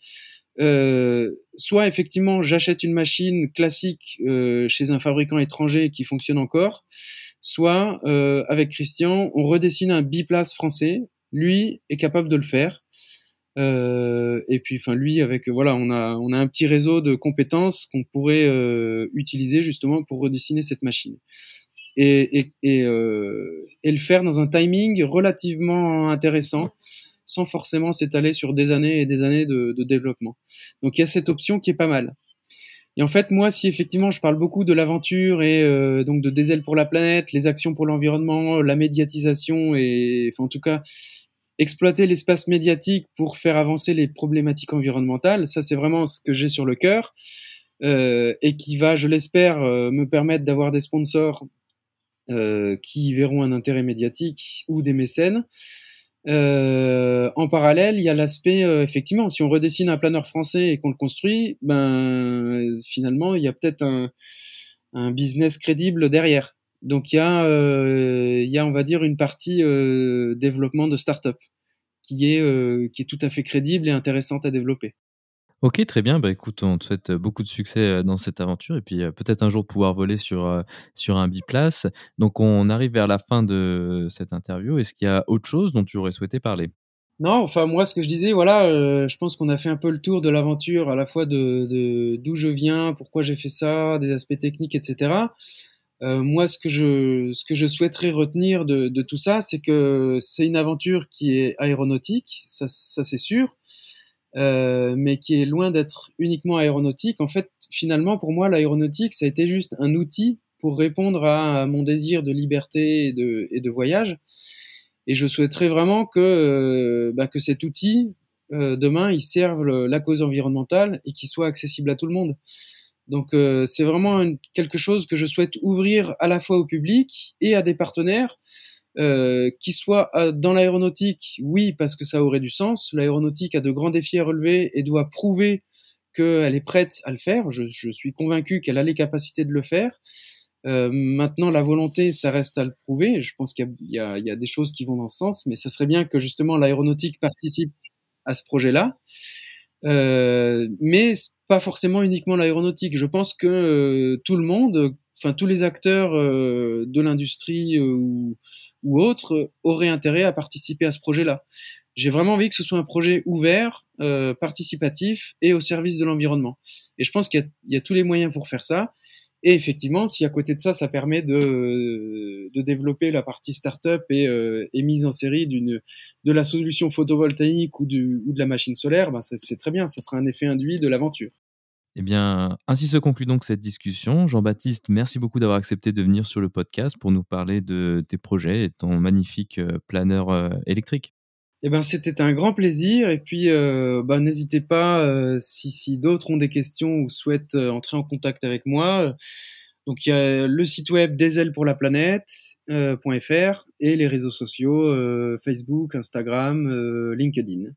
euh, soit effectivement j'achète une machine classique euh, chez un fabricant étranger qui fonctionne encore, soit euh, avec Christian on redessine un biplace français lui est capable de le faire. Euh, et puis, enfin, lui, avec voilà, on a on a un petit réseau de compétences qu'on pourrait euh, utiliser justement pour redessiner cette machine et et et, euh, et le faire dans un timing relativement intéressant, sans forcément s'étaler sur des années et des années de, de développement. Donc, il y a cette option qui est pas mal. Et en fait, moi, si effectivement je parle beaucoup de l'aventure et euh, donc de Des ailes pour la planète, les actions pour l'environnement, la médiatisation et, enfin, en tout cas, exploiter l'espace médiatique pour faire avancer les problématiques environnementales, ça c'est vraiment ce que j'ai sur le cœur euh, et qui va, je l'espère, euh, me permettre d'avoir des sponsors euh, qui y verront un intérêt médiatique ou des mécènes. Euh, en parallèle, il y a l'aspect, euh, effectivement, si on redessine un planeur français et qu'on le construit, ben finalement, il y a peut-être un, un business crédible derrière. Donc il y a, euh, il y a, on va dire, une partie euh, développement de start-up qui est, euh, qui est tout à fait crédible et intéressante à développer. OK, très bien. Bah, écoute, on te souhaite, heu, beaucoup de succès, heu, dans cette aventure et puis, heu, peut-être un jour pouvoir voler sur, heu, sur un biplace. Donc on arrive vers la fin de cette interview. Est-ce qu'il y a autre chose dont tu aurais souhaité parler? Non, enfin moi ce que je disais, voilà, euh, je pense qu'on a fait un peu le tour de l'aventure, à la fois de, de d'où je viens, pourquoi j'ai fait ça, des aspects techniques, et cetera. Euh, moi, ce que je ce que je souhaiterais retenir de, de tout ça, c'est que c'est une aventure qui est aéronautique, ça, ça c'est sûr, euh, mais qui est loin d'être uniquement aéronautique. En fait, finalement, pour moi, l'aéronautique, ça a été juste un outil pour répondre à, à mon désir de liberté et de, et de voyage. Et je souhaiterais vraiment que, euh, bah, que cet outil, euh, demain, il serve le- la cause environnementale et qu'il soit accessible à tout le monde. Donc, euh, c'est vraiment une- quelque chose que je souhaite ouvrir à la fois au public et à des partenaires, euh, qui soient euh, dans l'aéronautique, oui, parce que ça aurait du sens. L'aéronautique a de grands défis à relever et doit prouver qu'elle est prête à le faire. Je, je suis convaincu qu'elle a les capacités de le faire. Euh, maintenant, la volonté, ça reste à le prouver. Je pense qu'il y a, il y a- il y a des choses qui vont dans ce sens, mais ça serait bien que justement l'aéronautique participe à ce projet-là. Euh, mais c'est pas forcément uniquement l'aéronautique. Je pense que euh, tout le monde, enfin tous les acteurs euh, de l'industrie euh, ou, ou autres, euh, auraient intérêt à participer à ce projet-là. J'ai vraiment envie que ce soit un projet ouvert, euh, participatif et au service de l'environnement. Et je pense qu'il y a, il y a tous les moyens pour faire ça. Et effectivement, si à côté de ça, ça permet de, de développer la partie startup et, euh, et mise en série d'une, de la solution photovoltaïque ou, du, ou de la machine solaire, ben c'est, c'est très bien, ça sera un effet induit de l'aventure. Eh bien, ainsi se conclut donc cette discussion. Jean-Baptiste, merci beaucoup d'avoir accepté de venir sur le podcast pour nous parler de tes projets et de ton magnifique, heu, planeur, heu, électrique. Eh ben, c'était un grand plaisir. Et puis, euh, ben, n'hésitez pas, euh, si, si d'autres ont des questions ou souhaitent euh, entrer en contact avec moi. Donc, il y a le site web des ailes pour la planète, euh, .fr et les réseaux sociaux, euh, Facebook, Instagram, euh, LinkedIn.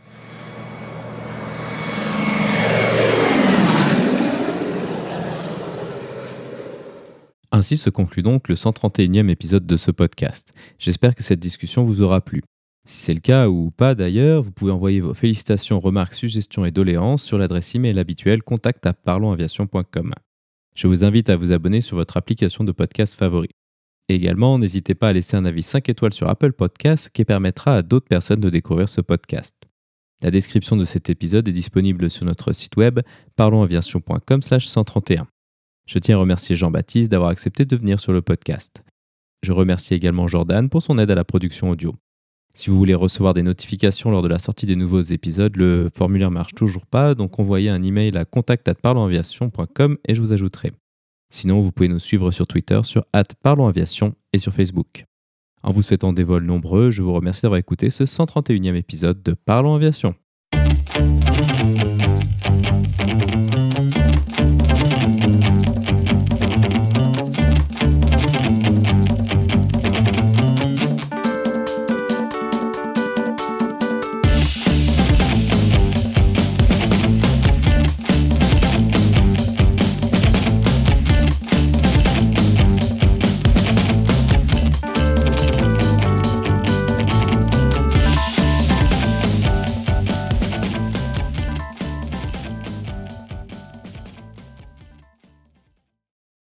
Ainsi se conclut donc le cent trente et unième épisode de ce podcast. J'espère que cette discussion vous aura plu. Si c'est le cas ou pas d'ailleurs, vous pouvez envoyer vos félicitations, remarques, suggestions et doléances sur l'adresse email habituelle contact arobase parlons aviation point com. Je vous invite à vous abonner sur votre application de podcast favori. Et également, n'hésitez pas à laisser un avis cinq étoiles sur Apple Podcasts, ce qui permettra à d'autres personnes de découvrir ce podcast. La description de cet épisode est disponible sur notre site web parlons aviation point com slash cent trente et un. Je tiens à remercier Jean-Baptiste d'avoir accepté de venir sur le podcast. Je remercie également Jordan pour son aide à la production audio. Si vous voulez recevoir des notifications lors de la sortie des nouveaux épisodes, le formulaire marche toujours pas, donc envoyez un email à contact arobase parlons aviation point com et je vous ajouterai. Sinon, vous pouvez nous suivre sur Twitter sur arobase parlons aviation et sur Facebook. En vous souhaitant des vols nombreux, je vous remercie d'avoir écouté ce cent trente et unième épisode de Parlons Aviation.